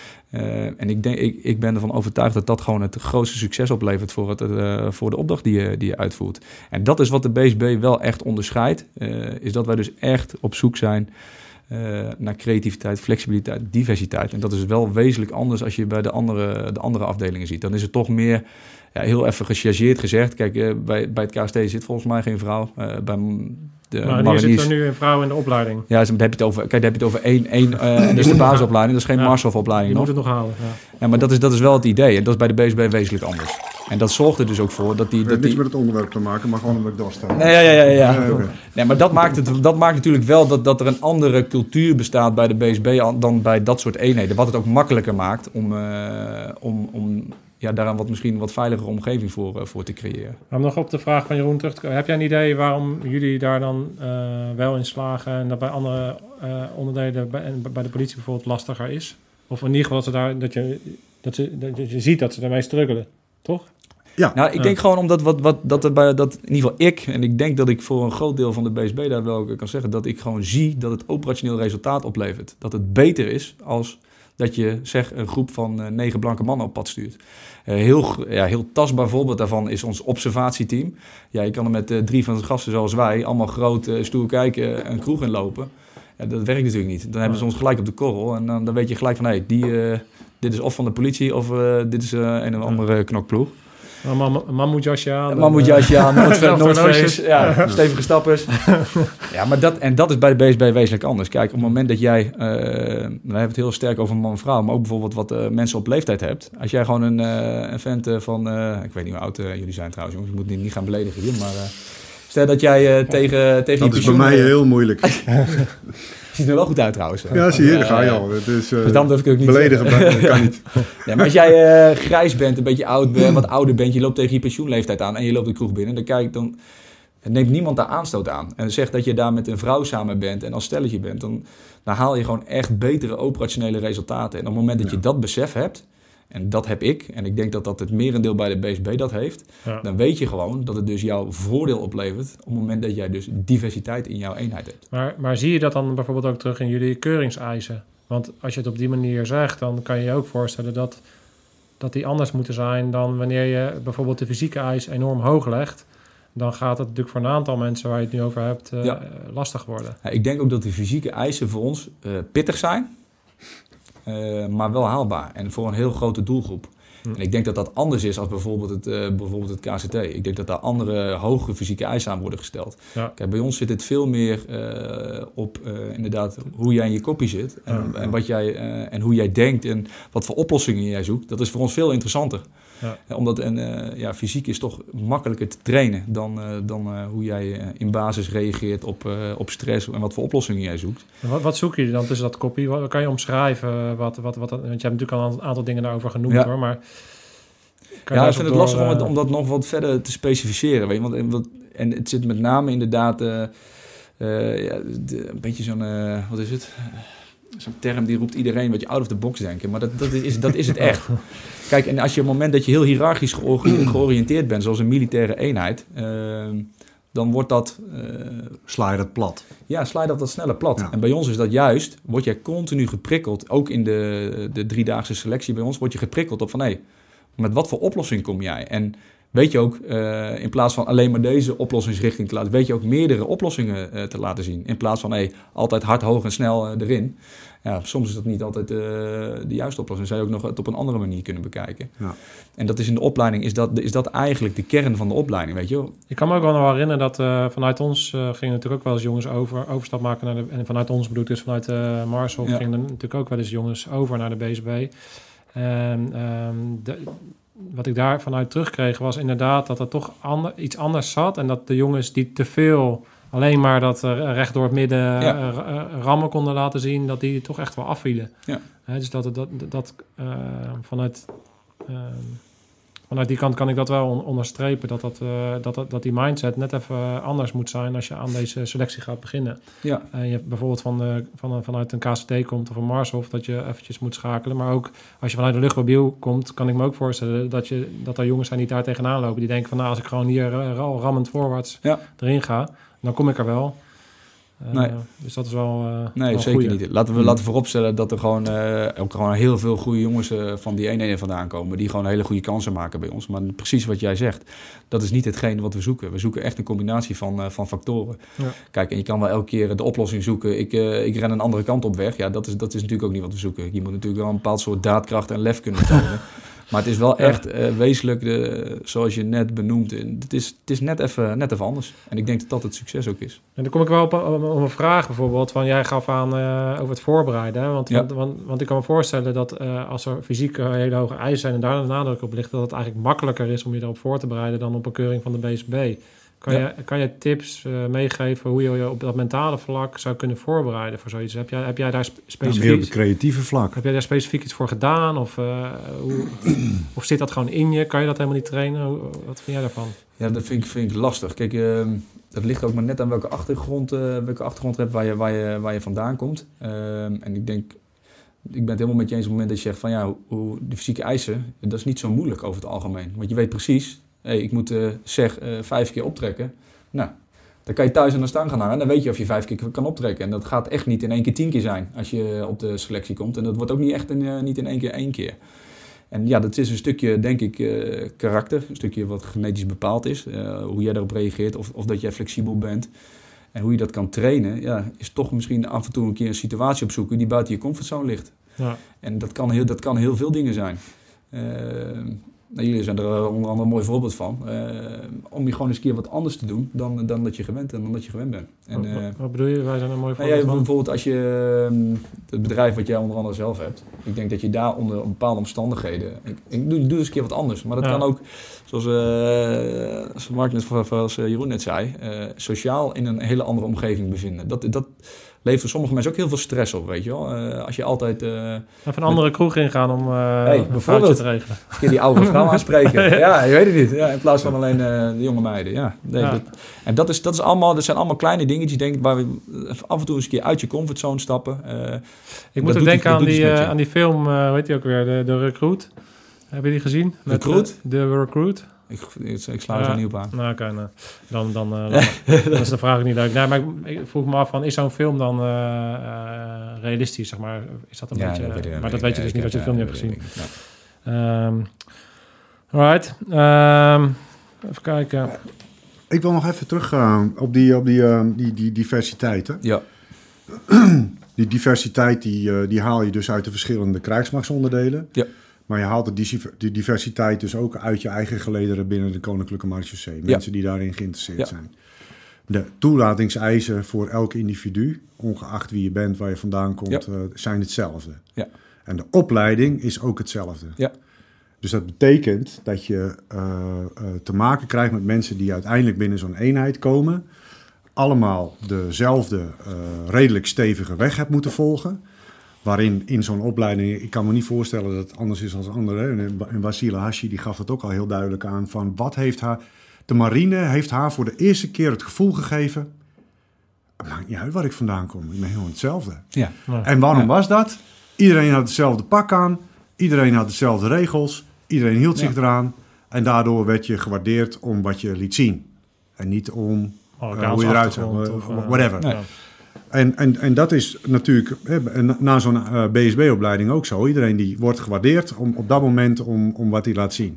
Uh, en ik, denk, ik, ik ben ervan overtuigd dat dat gewoon het grootste succes oplevert voor, het, uh, voor de opdracht die je, die je uitvoert. En dat is wat de B S B wel echt onderscheidt. Uh, is dat wij dus echt op zoek zijn uh, naar creativiteit, flexibiliteit, diversiteit. En dat is wel wezenlijk anders als je bij de andere, de andere afdelingen ziet. Dan is het toch meer... Ja, heel even gechargeerd gezegd. Kijk, uh, bij, bij het K S T zit volgens mij geen vrouw. Uh, bij de maar hier zit er nu een vrouw in de opleiding. Ja, dan heb je het over, kijk, dan heb je het over één, één uh, en dat is de basisopleiding. Dat is geen ja, Marshof-opleiding je nog. moet het nog halen. Ja, ja maar dat is, dat is wel het idee. En dat is bij de B S B wezenlijk anders. En dat zorgt er dus ook voor dat die... Het heeft niks met het onderwerp te maken, maar gewoon omdat ik doorsta. Nee, ja, ja, ja. ja. Nee, okay. nee, maar dat maakt, het, dat maakt natuurlijk wel dat, dat er een andere cultuur bestaat bij de B S B dan bij dat soort eenheden. Wat het ook makkelijker maakt om... Uh, om, om ja, daar een wat, misschien een wat veiligere omgeving voor, uh, voor te creëren. Om nog op de vraag van Jeroen terug te komen. Heb jij een idee waarom jullie daar dan uh, wel in slagen... en dat bij andere uh, onderdelen bij, bij de politie bijvoorbeeld lastiger is? Of in ieder geval dat, ze daar, dat, je, dat, ze, dat je ziet dat ze daarmee struggelen, toch? Ja. Nou, ik denk ja. gewoon omdat wat, wat, dat, er bij, dat in ieder geval ik... en ik denk dat ik voor een groot deel van de B S B daar wel kan zeggen... dat ik gewoon zie dat het operationeel resultaat oplevert. Dat het beter is als... dat je zeg een groep van uh, negen blanke mannen op pad stuurt. Uh, heel, ja, heel tastbaar voorbeeld daarvan is ons observatieteam. Ja, je kan er met uh, drie van de gasten zoals wij... allemaal groot, uh, stoer kijken, een kroeg inlopen. Ja, dat werkt natuurlijk niet. Dan hebben ze ons gelijk op de korrel. En dan, dan weet je gelijk van... Hey, die, uh, dit is of van de politie of uh, dit is uh, een of andere knokploeg. Een mam- mammoetjasje aan. Een mammoetjasje aan, Noordface, ja, stevige stappers. Ja, maar dat, en dat is bij de B S B wezenlijk anders. Kijk, op het moment dat jij, uh, dan hebben we het heel sterk over man en vrouw, maar ook bijvoorbeeld wat uh, mensen op leeftijd hebt. Als jij gewoon een, uh, een vent uh, van, uh, ik weet niet hoe oud uh, jullie zijn trouwens, jongens, ik moet niet, niet gaan beledigen hier, maar uh, stel dat jij uh, tegen, tegen dat je is bij mij heel moeilijk. Ziet er wel goed uit trouwens. Ja, zie je, daar ga je al. Het is, uh, dus dan durf ik ook niet beledigen, dat kan niet. Ja, maar als jij uh, grijs bent, een beetje oud bent, wat ouder bent, je loopt tegen je pensioenleeftijd aan en je loopt de kroeg binnen, dan kijk dan neemt niemand daar aanstoot aan. En zegt dat je daar met een vrouw samen bent en als stelletje bent, dan, dan haal je gewoon echt betere operationele resultaten. En op het moment dat ja. je dat besef hebt, en dat heb ik, en ik denk dat dat het merendeel bij de B S B dat heeft, ja. dan weet je gewoon dat het dus jouw voordeel oplevert op het moment dat jij dus diversiteit in jouw eenheid hebt. Maar, maar zie je dat dan bijvoorbeeld ook terug in jullie keuringseisen? Want als je het op die manier zegt, dan kan je je ook voorstellen dat, dat die anders moeten zijn dan wanneer je bijvoorbeeld de fysieke eis enorm hoog legt. Dan gaat het natuurlijk voor een aantal mensen waar je het nu over hebt uh, ja. lastig worden. Ja, ik denk ook dat de fysieke eisen voor ons uh, pittig zijn. Uh, maar wel haalbaar en voor een heel grote doelgroep. Hm. En ik denk dat dat anders is als bijvoorbeeld het, uh, bijvoorbeeld het K C T. Ik denk dat daar andere hogere fysieke eisen aan worden gesteld. Ja. Kijk, bij ons zit het veel meer uh, op uh, inderdaad hoe jij in je koppie zit. En, ja, ja. en, wat jij, uh, en hoe jij denkt en wat voor oplossingen jij zoekt. Dat is voor ons veel interessanter. Ja. Uh, omdat en, uh, ja, fysiek is toch makkelijker te trainen dan, uh, dan uh, hoe jij uh, in basis reageert op, uh, op stress en wat voor oplossingen jij zoekt. Wat, wat zoek je dan tussen dat koppie? Wat, kan je omschrijven? Wat, wat, wat, want je hebt natuurlijk al een aantal dingen daarover genoemd ja. hoor, maar... Ja, ik vind het door, lastig om, het, om dat nog wat verder te specificeren. Weet je? Want, en, wat, en het zit met name inderdaad uh, uh, ja, de, een beetje zo'n, uh, wat is het? Zo'n term die roept iedereen wat je out of the box denken. Maar dat, dat, is, dat is het echt. Kijk, en als je op het moment dat je heel hiërarchisch georiënteerd bent, zoals een militaire eenheid, uh, dan wordt dat... Uh, sla je dat plat. Ja, sla je dat wat sneller plat. Ja. En bij ons is dat juist, word jij continu geprikkeld, ook in de, de driedaagse selectie bij ons, word je geprikkeld op van, hé, hey, met wat voor oplossing kom jij? En weet je ook, uh, in plaats van alleen maar deze oplossingsrichting te laten, weet je ook meerdere oplossingen uh, te laten zien. In plaats van hey, altijd hard, hoog en snel uh, erin. Ja, soms is dat niet altijd uh, de juiste oplossing. Zou je ook nog het op een andere manier kunnen bekijken. Ja. En dat is in de opleiding, is dat, is dat eigenlijk de kern van de opleiding, weet je wel. Ik kan me ook wel nog herinneren dat uh, vanuit ons uh, gingen natuurlijk ook wel eens jongens over, overstap maken naar de... En vanuit ons bedoel ik dus vanuit uh, Marshof ja. gingen er natuurlijk ook wel eens jongens over naar de B S B. En um, de, wat ik daar vanuit terugkreeg was inderdaad dat er toch ander, iets anders zat. En dat de jongens die te veel alleen maar dat uh, recht door het midden ja. uh, rammen konden laten zien, dat die toch echt wel afvielen. Ja. Uh, dus dat, dat, dat uh, vanuit, uh, vanuit die kant kan ik dat wel on- onderstrepen. Dat, dat, uh, dat, dat, dat die mindset net even anders moet zijn als je aan deze selectie gaat beginnen. Ja. Uh, je hebt bijvoorbeeld van, uh, van, van een K C T komt of een Marshof, dat je eventjes moet schakelen. Maar ook als je vanuit een luchtmobiel komt, kan ik me ook voorstellen dat, je, dat er jongens zijn die daar tegenaan lopen. Die denken van nou, als ik gewoon hier uh, rammend voorwaarts ja. erin ga, dan kom ik er wel. Uh, nee. Dus dat is wel uh, Nee, wel zeker goeie. niet. Laten we, mm. laten we vooropstellen dat er gewoon, uh, ook gewoon heel veel goede jongens uh, van die eenheden vandaan komen. Die gewoon hele goede kansen maken bij ons. Maar precies wat jij zegt, dat is niet hetgeen wat we zoeken. We zoeken echt een combinatie van, uh, van factoren. Ja. Kijk, en je kan wel elke keer de oplossing zoeken. Ik, uh, ik ren een andere kant op weg. Ja, dat is, dat is natuurlijk ook niet wat we zoeken. Je moet natuurlijk wel een bepaald soort daadkracht en lef kunnen tonen. Maar het is wel ja. echt uh, wezenlijk, de, zoals je net benoemt, het is, het is net even net even anders. En ik denk dat dat het succes ook is. En dan kom ik wel op, op, op een vraag bijvoorbeeld, van jij gaf aan uh, over het voorbereiden. Hè? Want, ja. want, want, want ik kan me voorstellen dat uh, als er fysiek uh, hele hoge eisen zijn en daar een nadruk op ligt, dat het eigenlijk makkelijker is om je erop voor te bereiden dan op een keuring van de B S B. Kan, ja. je, kan je tips uh, meegeven hoe je je op dat mentale vlak zou kunnen voorbereiden voor zoiets? Heb jij, heb jij daar specifiek... Ja, meer op het creatieve vlak. Heb jij daar specifiek iets voor gedaan? Of, uh, hoe, of zit dat gewoon in je? Kan je dat helemaal niet trainen? Hoe, wat vind jij daarvan? Ja, dat vind ik, vind ik lastig. Kijk, uh, dat ligt ook maar net aan welke achtergrond, uh, welke achtergrond je hebt waar je, waar je, waar je vandaan komt. Uh, en ik denk... Ik ben het helemaal met je eens op het moment dat je zegt van ja, hoe, de fysieke eisen, dat is niet zo moeilijk over het algemeen. Want je weet precies... Hey, ik moet uh, zeg uh, vijf keer optrekken. Nou, dan kan je thuis aan de stang gaan hangen. En dan weet je of je vijf keer kan optrekken. En dat gaat echt niet in één keer tien keer zijn als je op de selectie komt. En dat wordt ook niet echt in, uh, niet in één keer één keer. En ja, dat is een stukje, denk ik, uh, karakter. Een stukje wat genetisch bepaald is. Uh, hoe jij daarop reageert of, of dat jij flexibel bent. En hoe je dat kan trainen, ja, is toch misschien af en toe een keer een situatie opzoeken die buiten je comfortzone ligt. Ja. En dat kan, heel, dat kan heel veel dingen zijn. Uh, Nou, jullie zijn er onder andere een mooi voorbeeld van. Uh, om je gewoon eens een keer wat anders te doen dan, dan, dat, je gewend, dan dat je gewend bent. En, wat, uh, wat bedoel je? Wij zijn een mooi voorbeeld nou ja, van? Bijvoorbeeld als je um, het bedrijf wat jij onder andere zelf hebt. Ik denk dat je daar onder bepaalde omstandigheden... Ik, ik doe, doe eens een keer wat anders. Maar dat ja. kan ook, zoals, uh, zoals Mark net, zoals Jeroen net zei... Uh, sociaal in een hele andere omgeving bevinden. Dat... dat levert voor sommige mensen ook heel veel stress op, weet je wel. Uh, als je altijd... Uh, Even een andere met... kroeg ingaan om uh, hey, een vrouwtje te regelen. Een keer die oude vrouw aanspreken. Ja, je weet het niet. Ja, in plaats van alleen uh, de jonge meiden. Ja, nee, ja. Dat, en dat, is, dat, is allemaal, dat zijn allemaal kleine dingetjes, denk ik, waar we af en toe eens een keer uit je comfortzone stappen. Uh, ik moet ook denken aan die, uh, aan die film, uh, weet je ook weer, de, de Recruit. Heb je die gezien? De Recruit? De Recruit. Ik, ik, ik sla er ja, zo niet op aan. Nou, oké. Nou, dan, dan, uh, dan dat is de vraag niet leuk. Nee, maar ik, ik vroeg me af van, is zo'n film dan uh, uh, realistisch, zeg maar? Is dat een ja, beetje... Dat uh, maar dat weet je dus niet als je de film niet hebt gezien. Ja. Um, alright. Um, even kijken. Ik wil nog even terug uh, op, die, op die, uh, die, die diversiteit. Hè? Ja. Die diversiteit die, uh, die haal je dus uit de verschillende krijgsmachtsonderdelen. Ja. Maar je haalt de diversiteit dus ook uit je eigen gelederen binnen de Koninklijke Marechaussee. Mensen ja. die daarin geïnteresseerd ja. zijn. De toelatingseisen voor elk individu, ongeacht wie je bent, waar je vandaan komt, ja. uh, zijn hetzelfde. Ja. En de opleiding is ook hetzelfde. Ja. Dus dat betekent dat je uh, uh, te maken krijgt met mensen die uiteindelijk binnen zo'n eenheid komen. Allemaal dezelfde uh, redelijk stevige weg hebt moeten volgen. Waarin in zo'n opleiding, ik kan me niet voorstellen dat het anders is dan anderen. En Wassila Hashi die gaf het ook al heel duidelijk aan. Van wat heeft haar, de marine heeft haar voor de eerste keer het gevoel gegeven. Het maakt niet uit waar ik vandaan kom. Ik ben helemaal hetzelfde. Ja. En waarom ja. was dat? Iedereen had hetzelfde pak aan. Iedereen had dezelfde regels. Iedereen hield zich ja. eraan. En daardoor werd je gewaardeerd om wat je liet zien. En niet om oh, uh, hoe je eruit zag. Whatever. Nee. En, en, en dat is natuurlijk hè, na zo'n uh, B S B-opleiding ook zo. Iedereen die wordt gewaardeerd om, op dat moment om, om wat hij laat zien.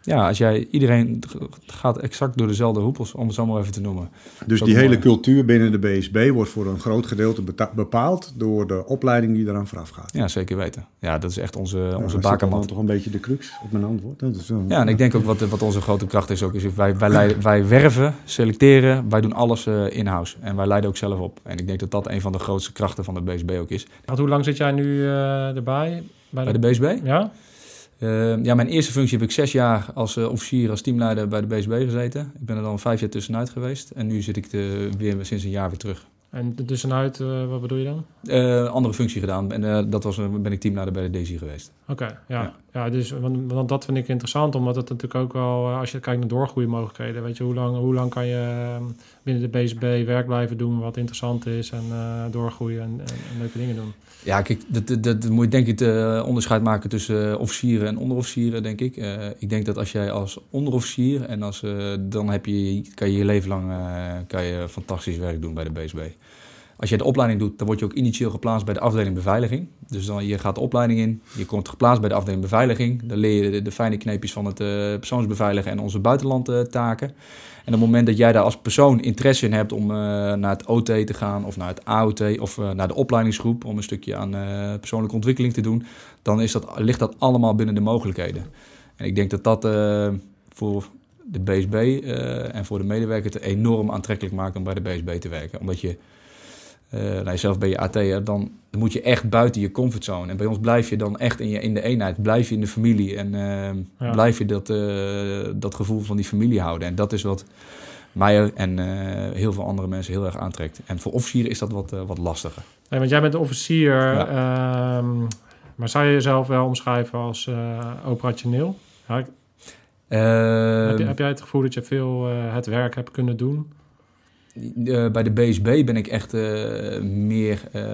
ja, als jij... Iedereen gaat exact door dezelfde hoepels, om het zo maar even te noemen. Dus die hele cultuur binnen de B S B wordt voor een groot gedeelte beta- bepaald door de opleiding die eraan vooraf gaat. Ja, zeker weten. Ja, dat is echt onze, Ja, onze dat is bakermat. dan toch een beetje de crux op mijn antwoord. Dat is zo. Ja, en ik denk ook wat, wat onze grote kracht is ook. Is wij, wij, leiden, wij werven, selecteren, wij doen alles uh, in-house. En wij leiden ook zelf op. En ik denk dat dat een van de grootste krachten van de B S B ook is. Want hoe lang zit jij nu uh, erbij? Bij de, bij de B S B? Ja? Uh, ja, mijn eerste functie heb ik zes jaar als uh, officier, als teamleider bij de B S B gezeten. Ik ben er dan vijf jaar tussenuit geweest. En nu zit ik de, weer sinds een jaar weer terug. En tussenuit, uh, wat bedoel je dan? Uh, andere functie gedaan. En uh, dat was, uh, ben ik teamleider bij de D Z geweest. Oké, okay, ja. ja. ja dus, want, want dat vind ik interessant, omdat het natuurlijk ook wel, uh, als je kijkt naar doorgroeimogelijkheden, weet je, hoe lang, hoe lang kan je uh, binnen de B S B werk blijven doen wat interessant is en uh, doorgroeien en, en, en leuke dingen doen. Ja, kijk, dat, dat, dat moet je denk ik uh, onderscheid maken tussen uh, officieren en onderofficieren, denk ik. Uh, ik denk dat als jij als onderofficier en als, uh, dan heb je, kan je je leven lang uh, kan je fantastisch werk doen bij de B S B. Als je de opleiding doet, dan word je ook initieel geplaatst bij de afdeling beveiliging. Dus dan, je gaat de opleiding in, je komt geplaatst bij de afdeling beveiliging. Dan leer je de, de fijne kneepjes van het uh, persoonsbeveiligen en onze buitenlandtaken. Uh, en op het moment dat jij daar als persoon interesse in hebt om uh, naar het O T te gaan of naar het A O T of uh, naar de opleidingsgroep om een stukje aan uh, persoonlijke ontwikkeling te doen, dan is dat, ligt dat allemaal binnen de mogelijkheden. En ik denk dat dat uh, voor de B S B uh, en voor de medewerker het enorm aantrekkelijk maakt om bij de B S B te werken. Omdat je Uh, nou, zelf ben je A T'er, dan, dan moet je echt buiten je comfortzone. En bij ons blijf je dan echt in, je, in de eenheid, blijf je in de familie en uh, ja. blijf je dat, uh, dat gevoel van die familie houden. En dat is wat mij en uh, heel veel andere mensen heel erg aantrekt. En voor officieren is dat wat, uh, wat lastiger. Nee, want jij bent de officier, ja. uh, maar zou je jezelf wel omschrijven als uh, operationeel? Ja, ik, uh, heb, je, heb jij het gevoel dat je veel uh, het werk hebt kunnen doen? Uh, bij de B S B ben ik echt uh, meer uh,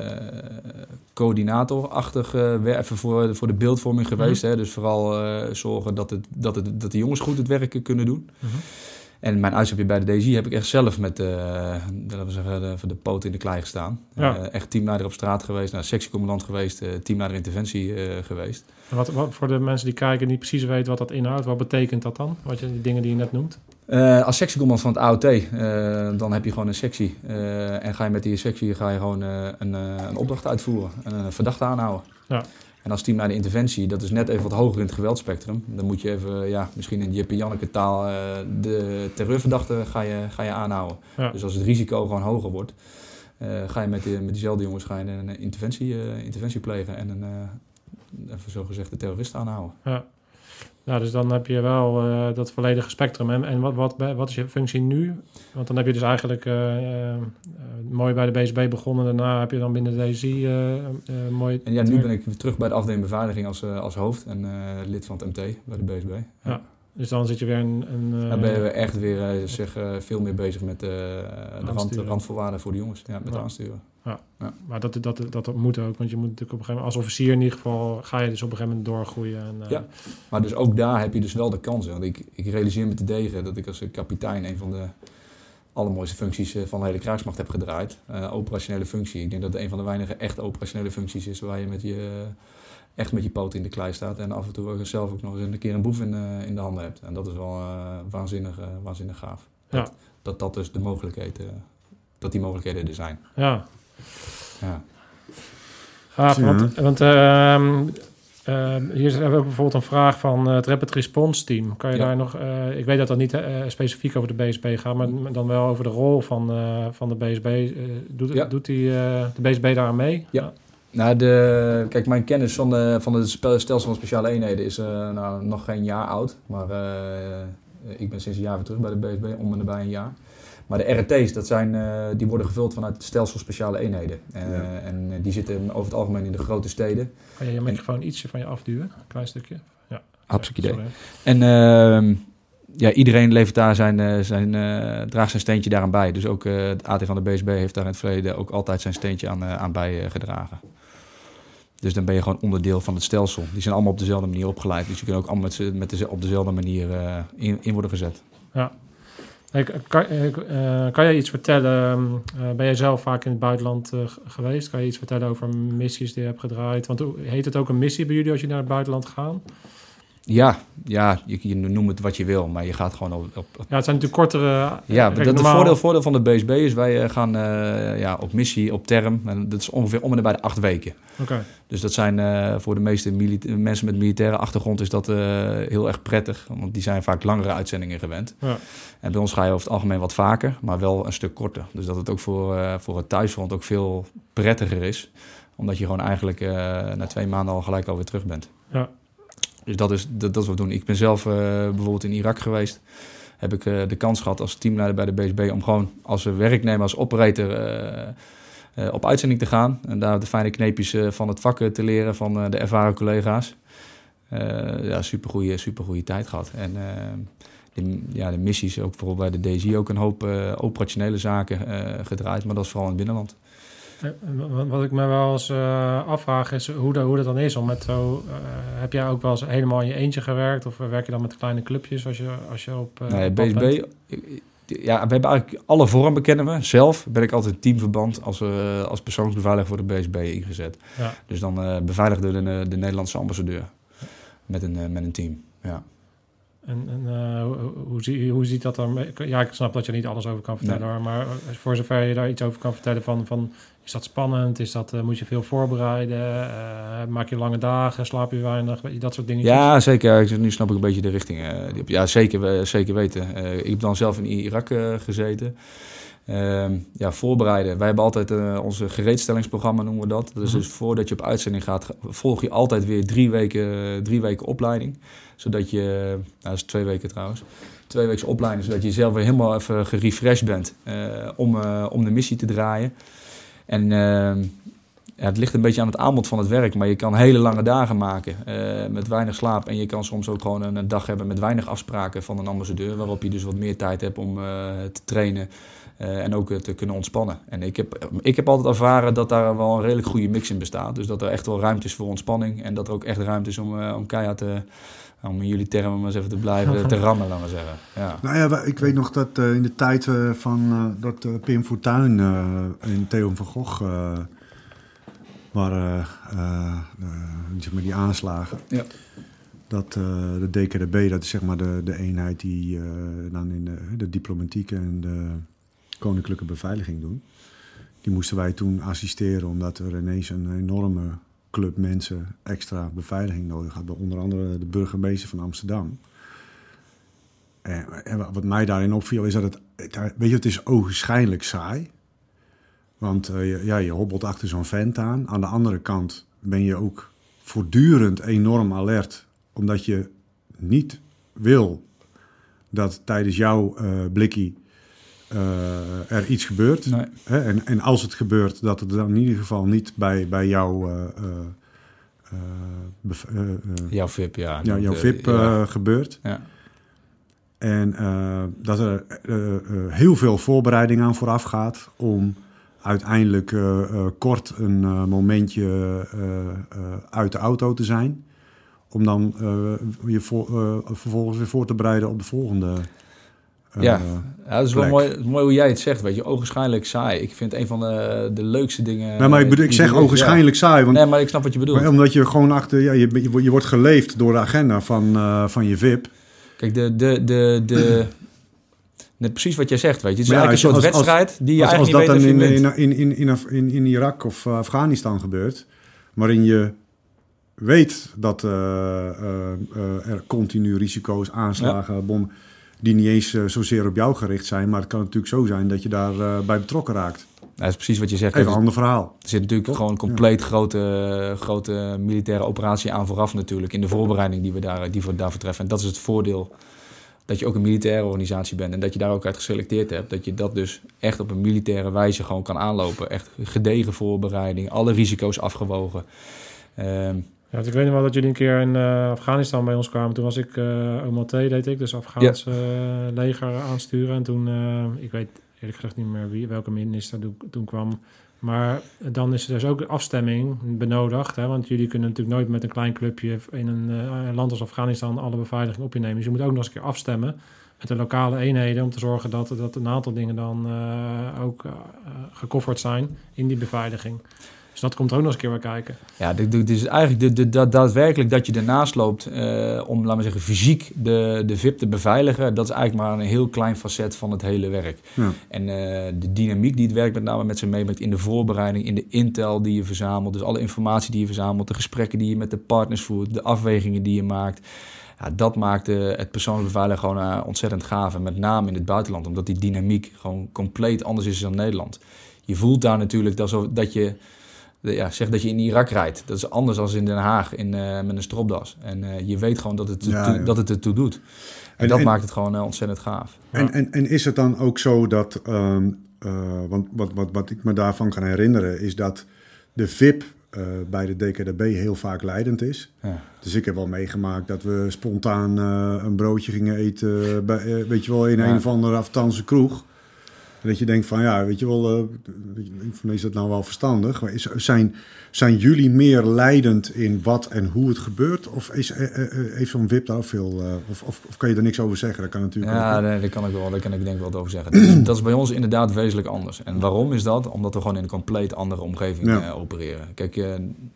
coördinatorachtig uh, werven voor, voor de beeldvorming geweest. Mm-hmm. Hè? Dus vooral uh, zorgen dat, het, dat, het, dat de jongens goed het werk kunnen doen. Mm-hmm. En mijn uitstapje bij de D Z heb ik echt zelf met uh, laten we zeggen, de, de poot in de klei gestaan. Ja. Uh, echt teamleider op straat geweest, nou, sectiecommandant geweest, uh, teamleider interventie uh, geweest. En wat, wat voor de mensen die kijken niet precies weten wat dat inhoudt, wat betekent dat dan? Wat je, die dingen die je net noemt? Uh, als sectiecommandant van het A O T, uh, dan heb je gewoon een sectie. Uh, en ga je met die sectie ga je gewoon uh, een, uh, een opdracht uitvoeren en een verdachte aanhouden. Ja. En als teamleider interventie, dat is net even wat hoger in het geweldspectrum. Dan moet je even, ja, misschien in Jip en Janneke taal, uh, de terreurverdachte ga je, ga je aanhouden. Ja. Dus als het risico gewoon hoger wordt, uh, ga je met, die, met diezelfde jongens ga je een interventie, uh, interventie plegen en een, uh, even zo gezegd de terrorist aanhouden. Ja. Nou, dus dan heb je wel uh, dat volledige spectrum. En, en wat, wat, wat is je functie nu? Want dan heb je dus eigenlijk uh, uh, mooi bij de B S B begonnen. Daarna heb je dan binnen de D Z uh, uh, mooi... En ja, nu ben ik weer terug bij de afdeling beveiliging als, uh, als hoofd en uh, lid van het M T bij de B S B. Ja. Ja, dus dan zit je weer een... een uh, dan ben je echt weer uh, zeg, uh, veel meer bezig met uh, de rand, randvoorwaarden voor de jongens. Ja, met ja. aansturen. Ja. Ja, maar dat, dat, dat, dat moet ook, want je moet natuurlijk op een gegeven moment, als officier in ieder geval, ga je dus op een gegeven moment doorgroeien. En, uh... Ja, maar dus ook daar heb je dus wel de kansen. Want ik, ik realiseer me te degen dat ik als kapitein een van de allermooiste functies van de hele krijgsmacht heb gedraaid. Uh, operationele functie. Ik denk dat het een van de weinige echt operationele functies is waar je met je, uh, echt met je poot in de klei staat en af en toe zelf ook nog eens een keer een boef in, uh, in de handen hebt. En dat is wel uh, waanzinnig, uh, waanzinnig gaaf. Dat, ja. dat dat dus de mogelijkheden, uh, dat die mogelijkheden er zijn. Ja. Ja. Gaaf, ja. want, want uh, uh, hier hebben we ook bijvoorbeeld een vraag van uh, het Rapid Response Team. Kan je ja. daar nog, uh, ik weet dat dat niet uh, specifiek over de B S B gaat, maar dan wel over de rol van, uh, van de B S B. Uh, doet ja. doet die, uh, de B S B daar aan mee? Ja. ja. Nou, de, kijk, mijn kennis van, de, van het stelsel van speciale eenheden is uh, nou, nog geen jaar oud. Maar uh, ik ben sinds een jaar weer terug bij de B S B, om en nabij een jaar. Maar de R R T's, dat zijn, uh, die worden gevuld vanuit het stelsel speciale eenheden. Uh, ja. En die zitten over het algemeen in de grote steden. Kan je je microfoon ietsje van je afduwen? Een klein stukje? Ja. Absoluut idee. En uh, ja, iedereen levert daar zijn, zijn, uh, draagt zijn steentje daaraan bij. Dus ook uh, het A T van de B S B heeft daar in het verleden ook altijd zijn steentje aan, uh, aan bijgedragen. Dus dan ben je gewoon onderdeel van het stelsel. Die zijn allemaal op dezelfde manier opgeleid. Dus je kunt ook allemaal met, met de, op dezelfde manier uh, in, in worden gezet. Ja. Kan, uh, kan jij iets vertellen? Uh, ben jij zelf vaak in het buitenland uh, geweest? Kan je iets vertellen over missies die je hebt gedraaid? Want heet het ook een missie bij jullie als je naar het buitenland gaat? Ja, ja je, je noemt het wat je wil, maar je gaat gewoon op... op, op... Ja, het zijn natuurlijk kortere... Ja, kijk, dat normaal... het voordeel, voordeel van de B S B is, wij uh, gaan uh, ja, op missie, op term. En dat is ongeveer om en bij de acht weken. Okay. Dus dat zijn uh, voor de meeste milita- mensen met militaire achtergrond is dat uh, heel erg prettig. Want die zijn vaak langere uitzendingen gewend. Ja. En bij ons ga je over het algemeen wat vaker, maar wel een stuk korter. Dus dat het ook voor, uh, voor het thuisfront ook veel prettiger is. Omdat je gewoon eigenlijk uh, na twee maanden al gelijk alweer terug bent. Ja. Dus dat is, dat, dat is wat we doen. Ik ben zelf uh, bijvoorbeeld in Irak geweest. Heb ik uh, de kans gehad als teamleider bij de B S B... om gewoon als werknemer, als operator uh, uh, op uitzending te gaan. En daar de fijne kneepjes uh, van het vak te leren van uh, de ervaren collega's. Uh, ja, supergoeie, supergoeie tijd gehad. En uh, de, ja, de missies, ook bijvoorbeeld bij de D S I... ook een hoop uh, operationele zaken uh, gedraaid. Maar dat is vooral in het binnenland. Wat ik me wel eens uh, afvraag is hoe dat, hoe dat dan is. Om met zo, uh, heb jij ook wel eens helemaal in je eentje gewerkt? Of werk je dan met kleine clubjes als je, als je op uh, Nee, B S B... Ja, we hebben eigenlijk alle vormen kennen we. Zelf ben ik altijd in teamverband als, uh, als persoonsbeveiliger voor de B S B ingezet. Ja. Dus dan uh, beveiligde de, de Nederlandse ambassadeur met een, uh, met een team. Ja. En, en uh, hoe, hoe, zie, hoe ziet dat dan? Ja, ik snap dat je niet alles over kan vertellen, nee. hoor, maar voor zover je daar iets over kan vertellen van, van is dat spannend? Is dat, uh, moet je veel voorbereiden? Uh, maak je lange dagen? Slaap je weinig? Dat soort dingen. Ja, zeker. Nu snap ik een beetje de richting. Uh, ja, zeker, zeker weten. Uh, ik heb dan zelf in Irak uh, gezeten. Uh, ja, voorbereiden. Wij hebben altijd uh, onze gereedstellingsprogramma, noemen we dat. Dus, mm-hmm. dus voordat je op uitzending gaat, volg je altijd weer drie weken, drie weken opleiding. Zodat je, nou, dat is twee weken trouwens, twee weken opleiding, zodat je jezelf weer helemaal even gerefreshed bent uh, om, uh, om de missie te draaien. En uh, ja, het ligt een beetje aan het aanbod van het werk, maar je kan hele lange dagen maken uh, met weinig slaap. En je kan soms ook gewoon een dag hebben met weinig afspraken van een ambassadeur, waarop je dus wat meer tijd hebt om uh, te trainen. Uh, en ook uh, te kunnen ontspannen. En ik heb, ik heb altijd ervaren dat daar wel een redelijk goede mix in bestaat. Dus dat er echt wel ruimte is voor ontspanning. En dat er ook echt ruimte is om, uh, om keihard te, om in jullie termen maar eens even te blijven te rammen, laten we zeggen. Ja. Nou ja, ik weet nog dat uh, in de tijd uh, van uh, dat uh, Pim Fortuyn uh, en Theo van Gogh uh, waren, uh, uh, zeg maar die aanslagen. Ja. Dat uh, de D K D B, dat is zeg maar de, de eenheid die uh, dan in de, de diplomatieke en de koninklijke beveiliging doen. Die moesten wij toen assisteren, omdat er ineens een enorme club mensen extra beveiliging nodig hadden. Onder andere de burgemeester van Amsterdam. En, en wat mij daarin opviel is dat het, weet je, het is ogenschijnlijk saai. Want uh, ja, je hobbelt achter zo'n vent aan. Aan de andere kant ben je ook voortdurend enorm alert, omdat je niet wil dat tijdens jouw uh, blikkie Uh, er iets gebeurt. Nee. Hè? En, en als het gebeurt, dat het dan in ieder geval niet bij, bij jou... Uh, uh, bev- uh, uh, jouw V I P, ja. ja jouw V I P uh, ja. gebeurt. Ja. En uh, dat er uh, uh, heel veel voorbereiding aan vooraf gaat om uiteindelijk uh, uh, kort een uh, momentje uh, uh, uit de auto te zijn. Om dan uh, je voor, uh, vervolgens weer voor te bereiden op de volgende... Uh, ja. ja, dat is wel mooi, mooi hoe jij het zegt, weet je, ogenschijnlijk saai. Ik vind het een van de, de leukste dingen... Nee, maar ik, bedoel, ik zeg ogenschijnlijk ja. saai. Want, nee, maar ik snap wat je bedoelt. Omdat je gewoon achter... Ja, je, je, je wordt geleefd door de agenda van, uh, van je V I P. Kijk, de... de, de, de net precies wat jij zegt, weet je. Het is ja, eigenlijk een soort als, wedstrijd die je als, eigenlijk als niet weet of je wint. Als dat dan in, in, in, in, in, in Irak of Afghanistan gebeurt, waarin je weet dat uh, uh, uh, er continu risico's, aanslagen, ja. bommen... die niet eens uh, zozeer op jou gericht zijn, maar het kan natuurlijk zo zijn dat je daar uh, bij betrokken raakt. Nou, dat is precies wat je zegt. Even een ander verhaal. Er zit natuurlijk Toch? gewoon een compleet ja. grote, grote militaire operatie aan vooraf natuurlijk, in de voorbereiding die we daar, die we daarvoor treffen. En dat is het voordeel dat je ook een militaire organisatie bent en dat je daar ook uit geselecteerd hebt. Dat je dat dus echt op een militaire wijze gewoon kan aanlopen. Echt gedegen voorbereiding, alle risico's afgewogen. Um, Ja, ik weet nog wel dat jullie een keer in uh, Afghanistan bij ons kwamen. Toen was ik, uh, O M L T deed ik, dus Afghaanse ja. uh, leger aansturen. En toen, uh, ik weet eerlijk gezegd niet meer wie, welke minister do- toen kwam. Maar dan is er dus ook afstemming benodigd. Hè? Want jullie kunnen natuurlijk nooit met een klein clubje in een uh, land als Afghanistan alle beveiliging op je nemen. Dus je moet ook nog eens een keer afstemmen met de lokale eenheden om te zorgen dat, dat een aantal dingen dan uh, ook uh, gekofferd zijn in die beveiliging. Dus dat komt er ook nog eens een keer bij kijken. Ja, het is eigenlijk de, de, de, daadwerkelijk dat je ernaast loopt uh, om, laten we zeggen, fysiek de, de V I P te beveiligen. Dat is eigenlijk maar een heel klein facet van het hele werk. Ja. En uh, de dynamiek die het werk met name met zich meebrengt in de voorbereiding, in de intel die je verzamelt. Dus alle informatie die je verzamelt, de gesprekken die je met de partners voert, de afwegingen die je maakt. Ja, dat maakt uh, het persoonlijk beveiligen gewoon uh, ontzettend gaaf. En met name in het buitenland, omdat die dynamiek gewoon compleet anders is dan Nederland. Je voelt daar natuurlijk dat, zo, dat je... Ja, zeg dat je in Irak rijdt. Dat is anders dan in Den Haag in, uh, met een stropdas. En uh, je weet gewoon dat het, ja, to, ja. dat het ertoe doet. En, en dat en, maakt het gewoon uh, ontzettend gaaf. En, ja. en, en is het dan ook zo dat... Um, uh, want wat, wat, wat ik me daarvan kan herinneren... is dat de V I P uh, bij de D K D B heel vaak leidend is. Ja. Dus ik heb wel meegemaakt dat we spontaan uh, een broodje gingen eten... bij, uh, weet je wel, in ja. een of andere afstandse kroeg... Dat je denkt van, ja, weet je wel, uh, is dat nou wel verstandig? Is, zijn, zijn jullie meer leidend in wat en hoe het gebeurt? Of is, uh, uh, heeft zo'n V I P daar veel, uh, of, of, of kan je er niks over zeggen? Dat kan natuurlijk ja, ook. Nee, daar kan ik wel, daar kan ik denk ik wel wat over zeggen. Dat is, dat is bij ons inderdaad wezenlijk anders. En waarom is dat? Omdat we gewoon in een compleet andere omgeving ja. uh, opereren. Kijk, uh,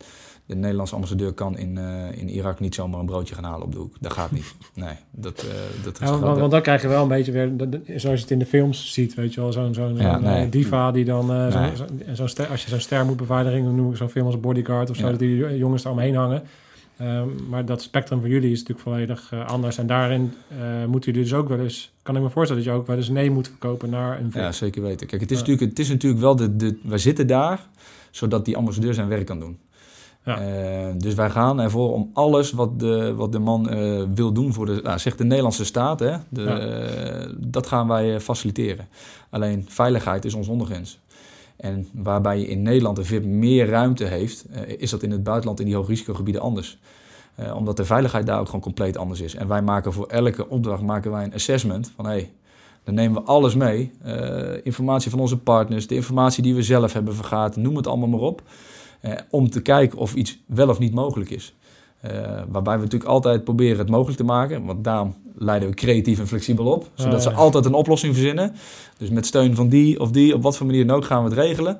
de Nederlandse ambassadeur kan in, uh, in Irak niet zomaar een broodje gaan halen op de hoek. Dat gaat niet. Nee, dat, uh, dat is ja, want, want dan krijg je wel een beetje weer, zoals je het in de films ziet, weet je wel, zo'n zo'n ja, nee. diva die dan, uh, nee. zo, zo, zo ster, als je zo'n ster moet beveiligen, dan noem ik zo'n film als Bodyguard of zo, ja. dat die jongens er omheen hangen. Um, maar dat spectrum voor jullie is natuurlijk volledig uh, anders. En daarin uh, moet je dus ook wel eens, kan ik me voorstellen dat je ook wel eens nee moet verkopen naar een V I P. Ja, zeker weten. Kijk, het is, ja. natuurlijk, het is natuurlijk wel, de, de, wij zitten daar, zodat die ambassadeur zijn werk kan doen. Ja. Uh, dus wij gaan ervoor om alles wat de, wat de man uh, wil doen voor de, nou, zeg de Nederlandse staat, hè, de, ja. uh, dat gaan wij uh, faciliteren. Alleen veiligheid is ons ondergrens. En waarbij je in Nederland de V I P meer ruimte heeft, uh, is dat in het buitenland in die hoogrisicogebieden anders. Uh, omdat de veiligheid daar ook gewoon compleet anders is. En wij maken voor elke opdracht maken wij een assessment van, hé, hey, dan nemen we alles mee. Uh, informatie van onze partners, de informatie die we zelf hebben vergaard, noem het allemaal maar op. Uh, om te kijken of iets wel of niet mogelijk is. Uh, waarbij we natuurlijk altijd proberen het mogelijk te maken. Want daarom leiden we creatief en flexibel op. Zodat oh, ja. ze altijd een oplossing verzinnen. Dus met steun van die of die, op wat voor manier dan ook, gaan we het regelen.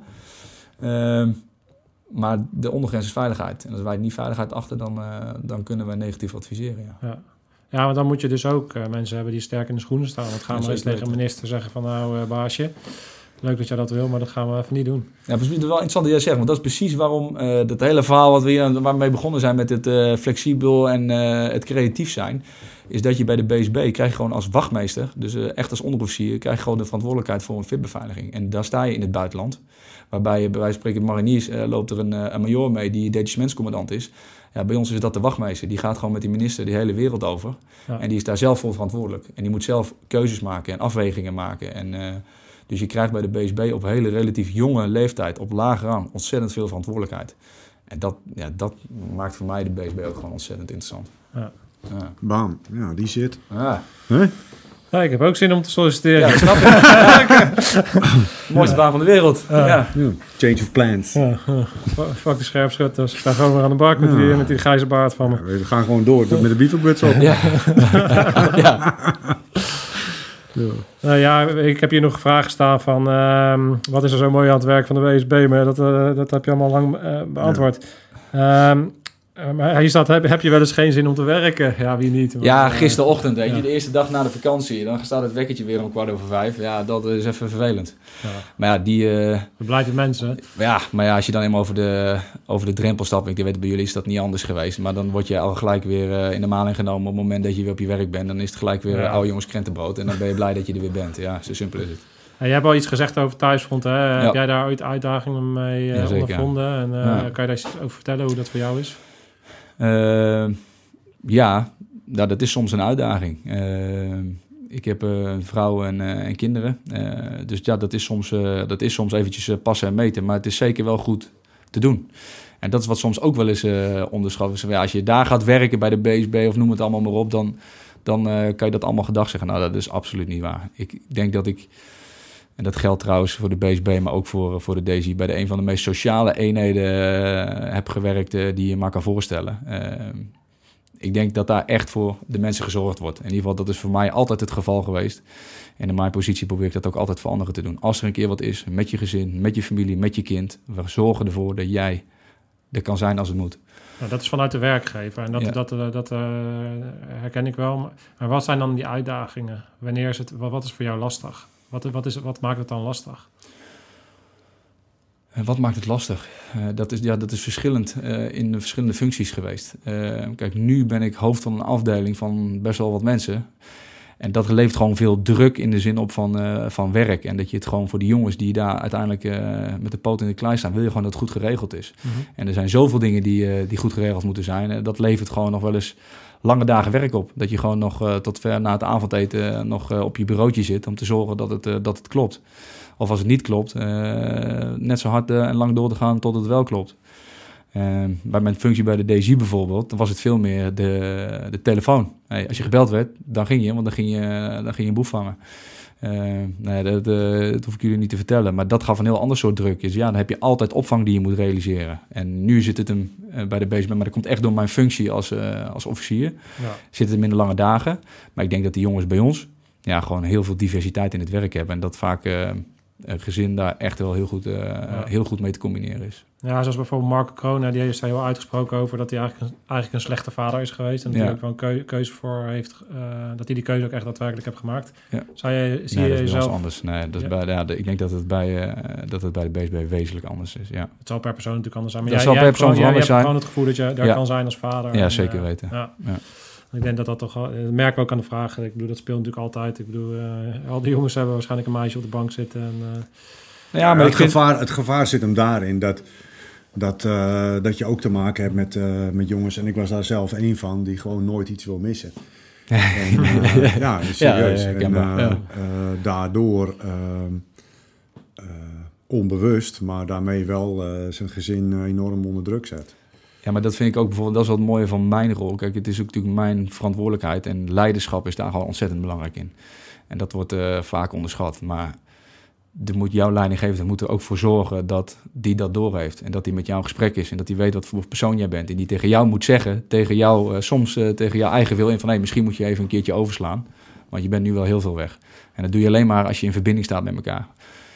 Uh, maar de ondergrens is veiligheid. En als wij niet veiligheid achter, dan, uh, dan kunnen wij negatief adviseren. Ja. Ja. Ja, maar dan moet je dus ook uh, mensen hebben die sterk in de schoenen staan. Want gaan we eens tegen een minister zeggen van, nou uh, baasje... Leuk dat jij dat wil, maar dat gaan we even niet doen. Ja, het is wel interessant dat jij zegt, want dat is precies waarom uh, dat hele verhaal wat we hier waarmee begonnen zijn met het uh, flexibel en uh, het creatief zijn, is dat je bij de B S B krijg je gewoon als wachtmeester, dus uh, echt als onderofficier, krijg je gewoon de verantwoordelijkheid voor een V I P-beveiliging. En daar sta je in het buitenland, waarbij je bij wijze van spreken mariniers uh, loopt er een, uh, een major mee die detachementscommandant is. Ja, bij ons is dat de wachtmeester. Die gaat gewoon met die minister die hele wereld over. Ja. En die is daar zelf voor verantwoordelijk. En die moet zelf keuzes maken en afwegingen maken en... Uh, Dus je krijgt bij de B S B op een hele relatief jonge leeftijd, op lage rang, ontzettend veel verantwoordelijkheid. En dat, ja, dat maakt voor mij de B S B ook gewoon ontzettend interessant. Ja. Ja. Bam, ja, die zit. Ja. Huh? Ja, ik heb ook zin om te solliciteren. Ja, dat snap ik. Mooiste baan van de wereld. Ja. Ja. Ja. Change of plans. Ja, ja. Fuck de scherpschutters. Ik sta gewoon weer aan de bak met, ja. die, met die grijze baard van me. Ja, we gaan gewoon door met de bieverbuts op. Ja. Ja. Ja. Uh, ja, ik heb hier nog vragen staan van uh, wat is er zo mooi aan het werk van de W S B, maar dat, uh, dat heb je allemaal lang uh, beantwoord. Ja. Um, uh, maar hier staat, heb, heb je wel eens geen zin om te werken? Ja, wie niet? Want, ja, gisterochtend, weet ja. je, de eerste dag na de vakantie, dan staat het wekkertje weer om kwart over vijf. Ja, dat is even vervelend. Ja. Maar ja, die... Uh, het blijft het mensen. Ja, maar ja, als je dan eenmaal over de, over de drempel stapt, ik weet bij jullie is dat niet anders geweest, maar dan word je al gelijk weer uh, in de maling genomen op het moment dat je weer op je werk bent. Dan is het gelijk weer ja. uh, oude jongens krentenbrood en dan ben je blij dat je er weer bent. Ja, zo simpel is het. Ja, jij hebt al iets gezegd over thuisfront, hè? Ja. Heb jij daar ooit uitdagingen mee uh, ja, zeker, ondervonden? Ja. En uh, ja. kan je daar eens over vertellen hoe dat voor jou is? Uh, ja, nou, dat is soms een uitdaging. Uh, ik heb uh, een vrouw en, uh, en kinderen. Uh, dus ja, dat is soms, uh, dat is soms eventjes uh, passen en meten. Maar het is zeker wel goed te doen. En dat is wat soms ook wel eens uh, onderschat is. Ja, als je daar gaat werken bij de B S B of noem het allemaal maar op... dan, dan uh, kan je dat allemaal gedag zeggen. Nou, dat is absoluut niet waar. Ik denk dat ik... En dat geldt trouwens voor de B S B, maar ook voor, voor de D S I... bij de een van de meest sociale eenheden uh, heb gewerkt uh, die je maar kan voorstellen. Uh, ik denk dat daar echt voor de mensen gezorgd wordt. In ieder geval, dat is voor mij altijd het geval geweest. En in mijn positie probeer ik dat ook altijd voor anderen te doen. Als er een keer wat is, met je gezin, met je familie, met je kind, we zorgen ervoor dat jij er kan zijn als het moet. Nou, dat is vanuit de werkgever en dat, Ja. dat, dat, dat uh, herken ik wel. Maar wat zijn dan die uitdagingen? Wanneer is het, wat, wat is voor jou lastig? Wat, wat, is, wat maakt het dan lastig? Uh, wat maakt het lastig? Uh, dat, is, ja, dat is verschillend uh, in de verschillende functies geweest. Uh, kijk, nu ben ik hoofd van een afdeling van best wel wat mensen. En dat levert gewoon veel druk in de zin op van, uh, van werk. En dat je het gewoon voor die jongens die daar uiteindelijk uh, met de poot in de klei staan, wil je gewoon dat het goed geregeld is. Mm-hmm. En er zijn zoveel dingen die, uh, die goed geregeld moeten zijn. Uh, dat levert gewoon nog wel eens lange dagen werk op. Dat je gewoon nog uh, tot ver na het avondeten uh, nog uh, op je bureautje zit om te zorgen dat het, uh, dat het klopt. Of als het niet klopt, uh, net zo hard uh, en lang door te gaan tot het wel klopt. Uh, bij mijn functie bij de D G bijvoorbeeld, dan was het veel meer de, de telefoon. Hey, als je gebeld werd, dan ging je, want dan ging je, dan ging je een boef vangen. Uh, nee, dat, uh, dat hoef ik jullie niet te vertellen, maar dat gaf een heel ander soort druk. Dus ja, dan heb je altijd opvang die je moet realiseren. En nu zit het hem uh, bij de B S B, maar dat komt echt door mijn functie als, uh, als officier. Ja. Zit het hem in de lange dagen. Maar ik denk dat die jongens bij ons ja, gewoon heel veel diversiteit in het werk hebben. En dat vaak uh, een gezin daar echt wel heel goed, uh, ja. heel goed mee te combineren is. Ja, zoals bijvoorbeeld Marco Corona, die heeft daar heel uitgesproken over dat hij eigenlijk een, eigenlijk een slechte vader is geweest. En dat ja. hij ook wel een keu- keuze voor heeft, uh, dat hij die keuze ook echt daadwerkelijk heeft gemaakt. Ja. Zou je, zie nee, je dat is jezelf... anders. Nee, dat ja. is bij, ja, ik denk dat het bij, uh, dat het bij de B S B wezenlijk anders is, ja. Het zal per persoon natuurlijk anders zijn. Maar dat jij, zal jij per persoon gewoon, anders jij, zijn. Je hebt gewoon het gevoel dat je daar ja. kan zijn als vader. Ja, en, zeker uh, weten. Ja. Ja. Ik denk dat dat toch... Dat merken we ook aan de vragen. Ik bedoel, dat speelt natuurlijk altijd. Ik bedoel, uh, al die jongens hebben waarschijnlijk een meisje op de bank zitten. En, uh, ja, maar het, vind... gevaar, het gevaar zit hem daarin dat... Dat, uh, dat je ook te maken hebt met, uh, met jongens, en ik was daar zelf één van, die gewoon nooit iets wil missen. en, uh, ja, serieus. Ja, ja, en, uh, ja. uh, daardoor uh, uh, onbewust, maar daarmee wel uh, zijn gezin uh, enorm onder druk zet. Ja, maar dat vind ik ook bijvoorbeeld, dat is wat het mooie van mijn rol. Kijk, het is ook natuurlijk mijn verantwoordelijkheid en leiderschap is daar gewoon ontzettend belangrijk in. En dat wordt uh, vaak onderschat, maar... Er moet jouw leidinggever moet er ook voor zorgen dat die dat doorheeft. En dat hij met jou in gesprek is. En dat hij weet wat voor persoon jij bent. En die tegen jou moet zeggen, tegen jou, uh, soms uh, tegen jouw eigen wil in van... Hey, misschien moet je even een keertje overslaan. Want je bent nu wel heel veel weg. En dat doe je alleen maar als je in verbinding staat met elkaar.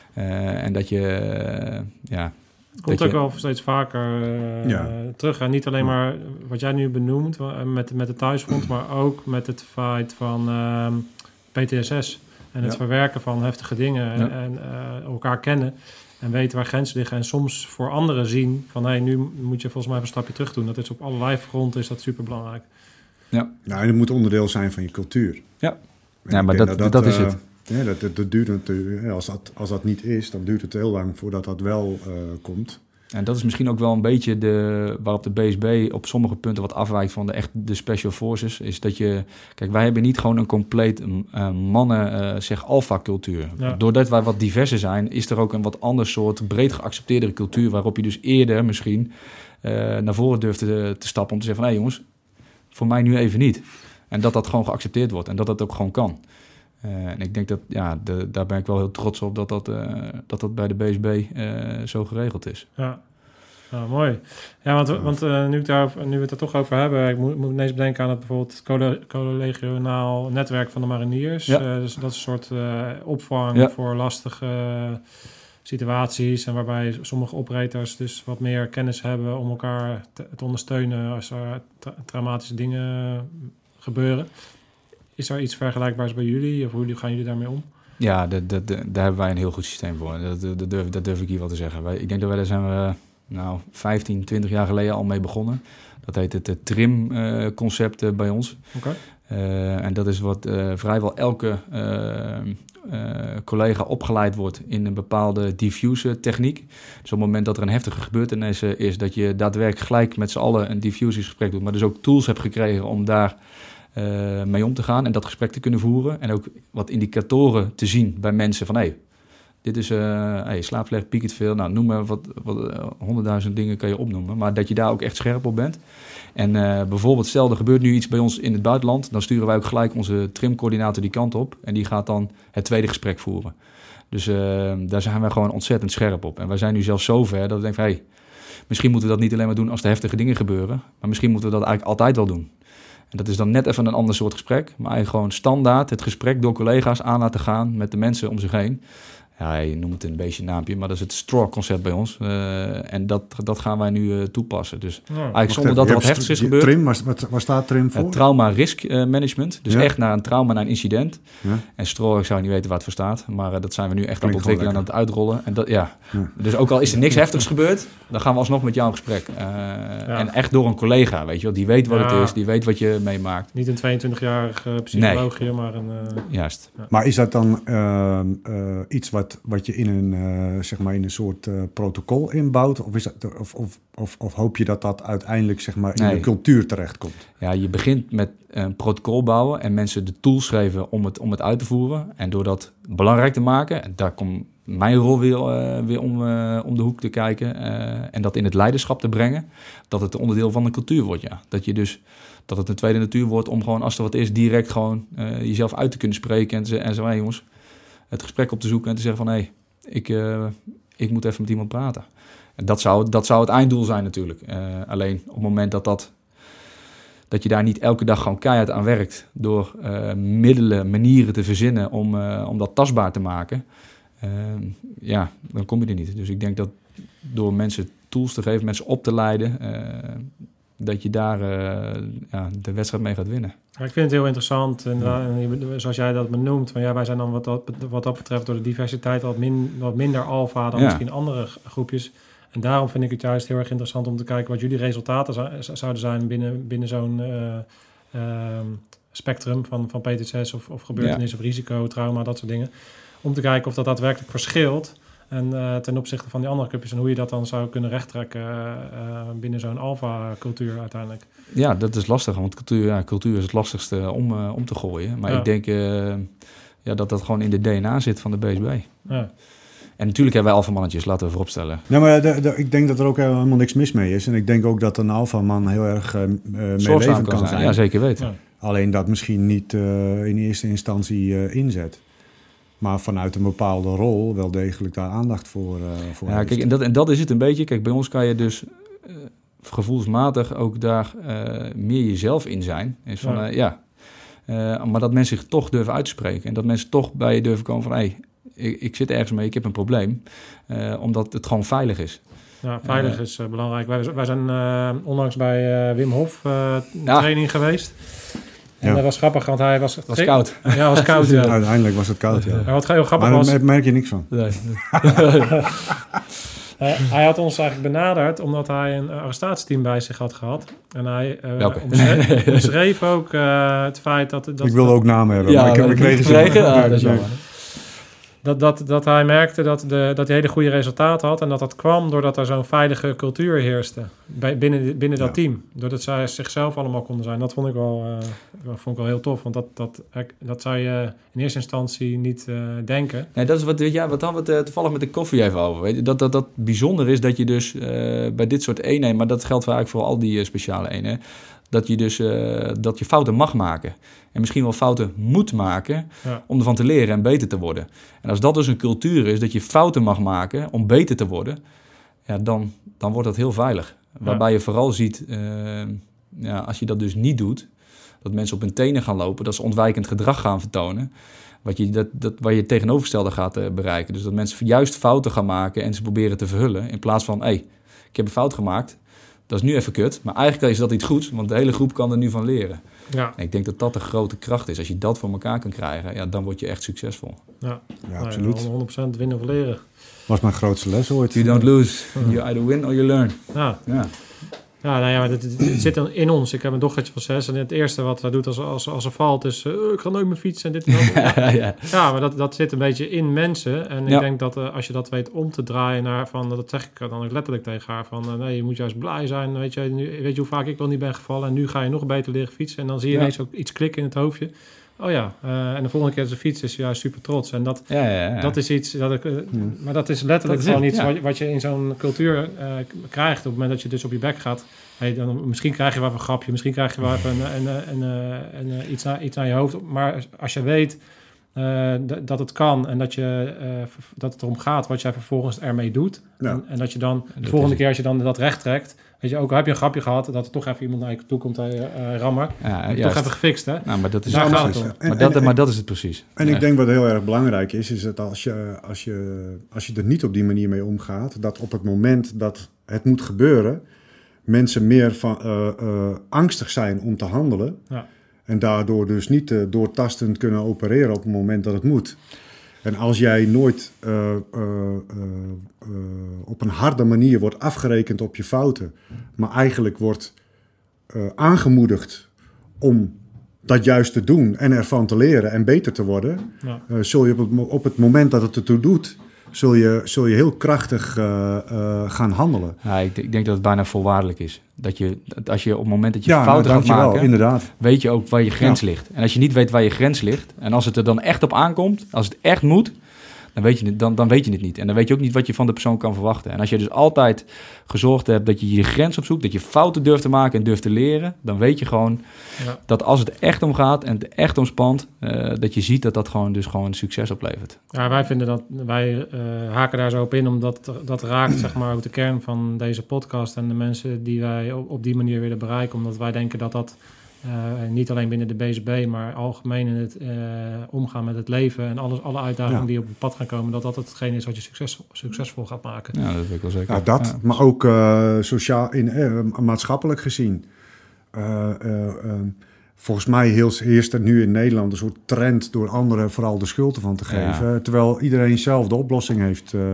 Uh, en dat je, uh, ja... Het komt ook je... wel steeds vaker uh, ja. terug. En niet alleen maar wat jij nu benoemt met, met de thuisfront... maar ook met het feit van uh, P T S S... En het ja. verwerken van heftige dingen ja. en uh, elkaar kennen en weten waar grenzen liggen. En soms voor anderen zien van hé, hey, nu moet je volgens mij even een stapje terug doen. Dat is op allerlei fronten is dat superbelangrijk. Ja, nou, en het moet onderdeel zijn van je cultuur. Ja, ja maar dat, dat, dat, dat is uh, het. Ja, dat, dat, dat duurt natuurlijk, als dat, als dat niet is, dan duurt het heel lang voordat dat wel uh, komt. En dat is misschien ook wel een beetje de, waarop de B S B op sommige punten wat afwijkt van de, echt de Special Forces. Is dat je, kijk, wij hebben niet gewoon een compleet uh, mannen, uh, zeg, alpha-cultuur. Ja. Doordat wij wat diverser zijn, is er ook een wat ander soort breed geaccepteerde cultuur. Waarop je dus eerder misschien uh, naar voren durft te, te stappen om te zeggen van, hé hey, jongens, voor mij nu even niet. En dat dat gewoon geaccepteerd wordt en dat dat ook gewoon kan. Uh, en ik denk dat, ja, de, daar ben ik wel heel trots op dat dat, uh, dat, dat bij de B S B uh, zo geregeld is. Ja, nou, mooi. Ja, want, want uh, nu, ik daar, nu we het er toch over hebben, ik moet, moet ineens bedenken aan het bijvoorbeeld het collegiaal netwerk van de mariniers. Ja. Uh, dus dat is een soort uh, opvang ja. voor lastige uh, situaties en waarbij sommige operators dus wat meer kennis hebben om elkaar te, te ondersteunen als er tra- traumatische dingen gebeuren. Is er iets vergelijkbaars bij jullie? Of hoe gaan jullie daarmee om? Ja, de, de, de, daar hebben wij een heel goed systeem voor. Dat, dat, durf, dat durf ik hier wel te zeggen. Wij, ik denk dat wij daar zijn we nou, vijftien, twintig jaar geleden al mee begonnen. Dat heet het uh, T R I M-concept uh, uh, bij ons. Okay. Uh, en dat is wat uh, vrijwel elke uh, uh, collega opgeleid wordt in een bepaalde diffuse techniek. Dus op het moment dat er een heftige gebeurtenis uh, is, dat je daadwerkelijk gelijk met z'n allen een diffusiesgesprek doet. Maar dus ook tools hebt gekregen om daar... Uh, mee om te gaan en dat gesprek te kunnen voeren. En ook wat indicatoren te zien bij mensen van... hé, hey, dit is uh, hey, slaapvlecht, piekt veel. Nou, noem maar wat, wat uh, honderdduizend dingen kan je opnoemen. Maar dat je daar ook echt scherp op bent. En uh, bijvoorbeeld, stel er gebeurt nu iets bij ons in het buitenland... dan sturen wij ook gelijk onze trimcoördinator die kant op... en die gaat dan het tweede gesprek voeren. Dus uh, daar zijn wij gewoon ontzettend scherp op. En wij zijn nu zelfs zover dat we denken van... hé, hey, misschien moeten we dat niet alleen maar doen als er heftige dingen gebeuren... maar misschien moeten we dat eigenlijk altijd wel doen. En dat is dan net even een ander soort gesprek. Maar eigenlijk gewoon standaard het gesprek door collega's aan laten gaan met de mensen om zich heen. Ja, je noemt het een beetje een naampje, maar dat is het STRAW-concept bij ons. Uh, en dat, dat gaan wij nu uh, toepassen. Dus Oh, eigenlijk zonder dat er wat heftigs is gebeurd. Trim, waar, waar staat Trim voor? Uh, trauma risk uh, management. Dus Ja. echt naar een trauma, naar een incident. Ja. En STRAW, ik zou niet weten waar het voor staat. Maar uh, dat zijn we nu echt Klinkt aan het ontwikkelen en aan gewoon het uitrollen. En dat, ja. Ja. Dus ook al is er niks heftigs gebeurd, dan gaan we alsnog met jou in gesprek. Uh, ja. En echt door een collega, weet je wel. Die weet wat Ja. het is, die weet wat je meemaakt. Niet een tweeëntwintigjarige psycholoog hier, maar een... Uh, Juist. ja. Maar is dat dan uh, uh, iets wat, wat je in een, uh, zeg maar in een soort uh, protocol inbouwt? Of, is dat, of, of, of, of hoop je dat dat uiteindelijk zeg maar, in Nee. de cultuur terechtkomt? Ja, je begint met een protocol bouwen en mensen de tools geven om het, om het uit te voeren. En door dat belangrijk te maken, en daar komt mijn rol weer, uh, weer om, uh, om de hoek te kijken. Uh, en dat in het leiderschap te brengen, dat het onderdeel van de cultuur wordt. Ja. Dat je dus dat het een tweede natuur wordt om gewoon, als er wat is, direct gewoon uh, jezelf uit te kunnen spreken. En te zeggen, hey, jongens, het gesprek op te zoeken en te zeggen van, hé, hey, ik, uh, ik moet even met iemand praten. En dat zou, dat zou het einddoel zijn natuurlijk. Uh, alleen op het moment dat dat... dat je daar niet elke dag gewoon keihard aan werkt door uh, middelen, manieren te verzinnen om, uh, om dat tastbaar te maken, uh, ja, dan kom je er niet. Dus ik denk dat door mensen tools te geven, mensen op te leiden, uh, dat je daar uh, ja, de wedstrijd mee gaat winnen. Ja, ik vind het heel interessant. En, ja. en zoals jij dat benoemt, van ja, wij zijn dan wat dat, wat dat betreft door de diversiteit wat, min, wat minder alfa dan ja. misschien andere groepjes. En daarom vind ik het juist heel erg interessant om te kijken wat jullie resultaten zou, zouden zijn binnen, binnen zo'n uh, uh, spectrum van, van P T S S of, of gebeurtenis ja. of risico, trauma, dat soort dingen. Om te kijken of dat daadwerkelijk verschilt en uh, ten opzichte van die andere clubjes en hoe je dat dan zou kunnen rechttrekken uh, binnen zo'n alfa-cultuur uiteindelijk. Ja, dat is lastig, want cultuur, ja, cultuur is het lastigste om, uh, om te gooien. Maar ja. ik denk uh, ja, dat dat gewoon in de D N A zit van de B S B. Ja. En natuurlijk hebben wij alfamannetjes, laten we vooropstellen. Ja, maar de, de, ik denk dat er ook helemaal niks mis mee is. En ik denk ook dat een alfaman heel erg uh, meelevend kan zijn. zijn. Ja, zeker weten. Ja. Alleen dat misschien niet uh, in eerste instantie uh, inzet. Maar vanuit een bepaalde rol wel degelijk daar aandacht voor, uh, voor ja, heeft. Kijk, en dat, en dat is het een beetje. Kijk, bij ons kan je dus uh, gevoelsmatig ook daar uh, meer jezelf in zijn. Is van, ja. Uh, ja. Uh, maar dat mensen zich toch durven uitspreken. En dat mensen toch bij je durven komen van... Hey, Ik, ik zit ergens mee, ik heb een probleem. Uh, omdat het gewoon veilig is. Ja, veilig uh, is uh, belangrijk. Wij, wij zijn uh, onlangs bij uh, Wim Hof uh, ja. training geweest. En ja. dat was grappig, want hij was... Het was koud. Ja, was koud, ja. Uiteindelijk was het koud, ja. ja. Wat heel grappig maar was... daar merk je niks van. Nee. Uh, hij had ons eigenlijk benaderd omdat hij een arrestatieteam bij zich had gehad. En hij uh, omschreef, omschreef ook uh, het feit dat... dat ik wilde ook namen hebben, ja, maar ik heb het gekregen. Ja, dat is jammer. Dat, dat, dat hij merkte dat, de, dat hij hele goede resultaten had. En dat dat kwam doordat er zo'n veilige cultuur heerste bij, binnen, binnen dat ja. team. Doordat zij zichzelf allemaal konden zijn. Dat vond ik wel, uh, vond ik wel heel tof. Want dat, dat, dat zou je in eerste instantie niet uh, denken. Nee, dat is wat, weet je, wat hadden we het uh, toevallig met de koffie even over. Weet je? Dat, dat, dat bijzonder is dat je dus uh, bij dit soort eenheden... maar dat geldt voor eigenlijk voor al die uh, speciale eenheden... dat je dus uh, dat je fouten mag maken. En misschien wel fouten moet maken ja. om ervan te leren en beter te worden. En als dat dus een cultuur is, dat je fouten mag maken om beter te worden... Ja, dan, dan wordt dat heel veilig. Ja. Waarbij je vooral ziet, uh, ja, als je dat dus niet doet... dat mensen op hun tenen gaan lopen, dat ze ontwijkend gedrag gaan vertonen... Wat je, dat, dat, waar je het tegenovergestelde gaat uh, bereiken. Dus dat mensen juist fouten gaan maken en ze proberen te verhullen... in plaats van, hé, hey, ik heb een fout gemaakt... Dat is nu even kut, maar eigenlijk is dat iets goeds, want de hele groep kan er nu van leren. Ja. En ik denk dat dat de grote kracht is. Als je dat voor elkaar kan krijgen, ja, dan word je echt succesvol. Ja, ja absoluut. Ja, honderd procent winnen of leren. Was mijn grootste les ooit. You don't lose, you either win or you learn. Ja. Ja. Ja, nou ja, maar het, het, het zit in ons. Ik heb een dochtertje van zes en het eerste wat hij doet als, als, als er valt is... Uh, ik ga nooit meer fietsen en dit en dat. ja, ja. ja, maar dat, dat zit een beetje in mensen. En ik ja. denk dat uh, als je dat weet om te draaien naar... van dat zeg ik dan ook letterlijk tegen haar. Van uh, nee, je moet juist blij zijn. Weet je, nu, weet je hoe vaak ik wel niet ben gevallen? En nu ga je nog beter leren fietsen. En dan zie je ja. ineens ook iets klikken in het hoofdje. Oh ja, uh, en de volgende keer als ze fietst is ze juist super trots. En dat, ja, ja, ja. dat is iets... Dat ik, uh, hmm. Maar dat is letterlijk dat is gewoon het, iets ja. wat, wat je in zo'n cultuur uh, krijgt... op het moment dat je dus op je bek gaat... Hey, dan, misschien krijg je wel een grapje, misschien krijg je wel even een, een, een, een, een, iets, naar, iets naar je hoofd. Maar als je weet Uh, d- dat het kan en dat, je, uh, v- dat het erom gaat wat jij vervolgens ermee doet. Ja. En, en dat je dan de Dat volgende is- keer als je dan dat recht trekt, weet je ook, heb je een grapje gehad, dat er toch even iemand naar je toe komt uh, uh, rammen. Ja, Toch juist. even gefixt, hè? Nou, maar dat is Daar het gaat precies. het om. En- Maar, dat, en- maar dat is het precies. En Ja. ik denk wat heel erg belangrijk is, is dat als je, als, je, als je er niet op die manier mee omgaat, dat op het moment dat het moet gebeuren, mensen meer van, uh, uh, angstig zijn om te handelen. Ja. En daardoor dus niet uh, doortastend kunnen opereren op het moment dat het moet. En als jij nooit uh, uh, uh, uh, op een harde manier wordt afgerekend op je fouten, maar eigenlijk wordt uh, aangemoedigd om dat juist te doen en ervan te leren en beter te worden, Ja. uh, zul je op het, mo- op het moment dat het ertoe doet, zul je, zul je heel krachtig uh, uh, gaan handelen. Ja, ik, ik denk dat het bijna voorwaardelijk is. Dat je, dat als je op het moment dat je Ja, fouten nou, gaat dankjewel, maken, inderdaad. weet je ook waar je grens Ja. ligt. En als je niet weet waar je grens ligt, en als het er dan echt op aankomt, als het echt moet, dan weet je het, dan, dan weet je het niet. En dan weet je ook niet wat je van de persoon kan verwachten. En als je dus altijd gezorgd hebt dat je je grens opzoekt, dat je fouten durft te maken en durft te leren, dan weet je gewoon Ja. dat als het echt om gaat en het echt om spant, uh, dat je ziet dat dat gewoon dus gewoon succes oplevert. Ja, wij vinden dat, wij uh, haken daar zo op in, omdat dat raakt zeg maar ook de kern van deze podcast en de mensen die wij op, op die manier willen bereiken, omdat wij denken dat dat uh, niet alleen binnen de B Z B, maar algemeen in het uh, omgaan met het leven en alles, alle uitdagingen Ja. die op het pad gaan komen, dat dat hetgeen is wat je succes, succesvol gaat maken. Ja, dat weet ik wel zeker. Ja, dat, Ja. maar ook uh, sociaal, in, uh, maatschappelijk gezien. Uh, uh, uh, volgens mij heerst, heerst er nu in Nederland een soort trend door anderen vooral de schuld ervan te geven. Ja. Terwijl iedereen zelf de oplossing heeft uh, uh,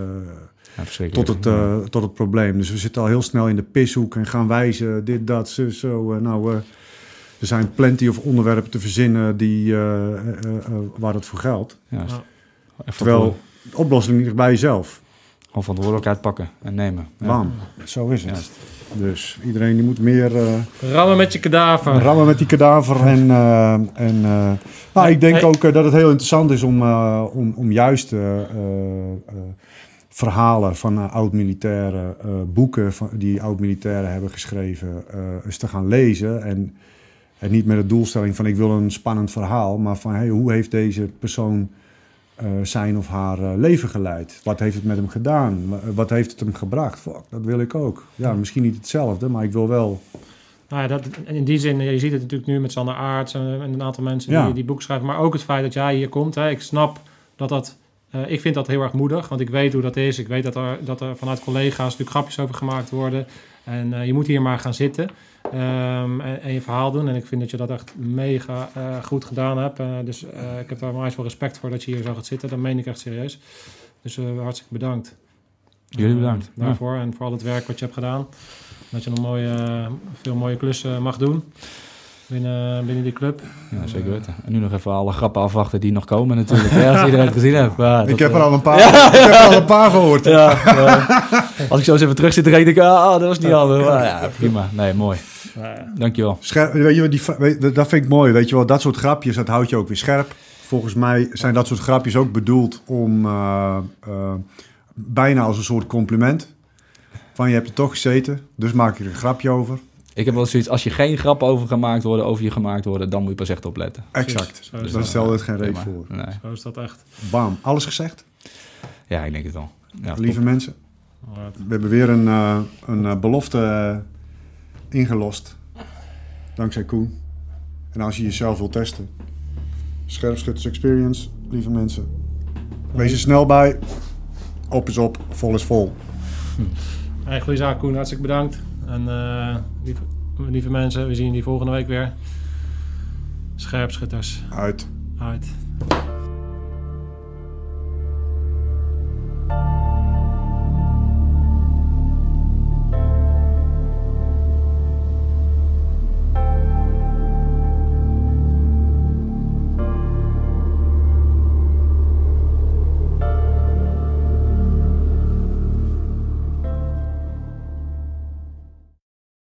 Ja, verschrikkelijk. tot, het, uh, tot het probleem. Dus we zitten al heel snel in de pishoek en gaan wijzen, dit, dat, zo. zo uh, nou, uh, er zijn plenty of onderwerpen te verzinnen die, uh, uh, uh, waar het voor geldt. Ja, Ja. even Terwijl de oplossing ligt bij jezelf. gewoon verantwoordelijkheid pakken en nemen. Ja. Bam, zo is het. Juist. Dus iedereen die moet meer uh, Rammen met je kadaver. rammen met die kadaver. En, uh, en uh, nou, ik denk Hey. ook uh, dat het heel interessant is om, uh, om, om juist uh, uh, uh, verhalen van uh, oud-militairen, uh, boeken van, die oud-militairen hebben geschreven, uh, eens te gaan lezen. En, en niet met de doelstelling van ik wil een spannend verhaal, maar van hey, hoe heeft deze persoon Uh, zijn of haar uh, leven geleid? Wat heeft het met hem gedaan? Uh, wat heeft het hem gebracht? Fuck, dat wil ik ook. Ja, misschien niet hetzelfde, maar ik wil wel... Nou ja, dat, in die zin, je ziet het natuurlijk nu met Sander Aarts en, en een aantal mensen Ja. die die boek schrijven, maar ook het feit dat jij hier komt. Hè, ik snap dat dat, uh, ik vind dat heel erg moedig, want ik weet hoe dat is. Ik weet dat er, dat er vanuit collega's natuurlijk grapjes over gemaakt worden. En uh, je moet hier maar gaan zitten um, en, en je verhaal doen. En ik vind dat je dat echt mega uh, goed gedaan hebt. Uh, dus uh, ik heb daar maar veel respect voor dat je hier zo gaat zitten. Dat meen ik echt serieus. Dus uh, hartstikke bedankt. Jullie bedankt. Uh, daarvoor en voor al het werk wat je hebt gedaan. Dat je nog mooie, uh, veel mooie klussen mag doen binnen, binnen die club. Ja, zeker weten. En nu nog even alle grappen afwachten die nog komen natuurlijk. Ja, als iedereen het gezien heeft. Ja, ik dat, heb uh, er al een paar, ik heb er al een paar gehoord. Ja, uh, als ik zo eens even terug zit, dan denk ik, ah, dat was niet handig. Maar ja, prima. Nee, mooi. Dankjewel. Scherp, weet je, die, weet, dat vind ik mooi. Weet je wel, dat soort grapjes, dat houdt je ook weer scherp. Volgens mij zijn dat soort grapjes ook bedoeld om uh, uh, bijna als een soort compliment. Van je hebt er toch gezeten, dus maak je er een grapje over. Ik heb wel zoiets, als je geen grappen over gemaakt worden, over je gemaakt worden, dan moet je pas echt opletten. Exact. Zo is Dus dat. daar stelde het geen reet Prima. voor. Nee. Zo is dat echt. Bam, alles gezegd. Ja, ik denk het wel. Ja, Lieve top. mensen, we hebben weer een, uh, een uh, belofte uh, ingelost. Dankzij Koen. En als je jezelf wilt testen. Scherpschutters Experience, lieve mensen. Wees er snel bij. Op is op, vol is vol. Hey, goeie zaak, Koen. Hartstikke bedankt. En uh, lieve, lieve mensen, we zien jullie volgende week weer. Scherpschutters. Uit. Uit.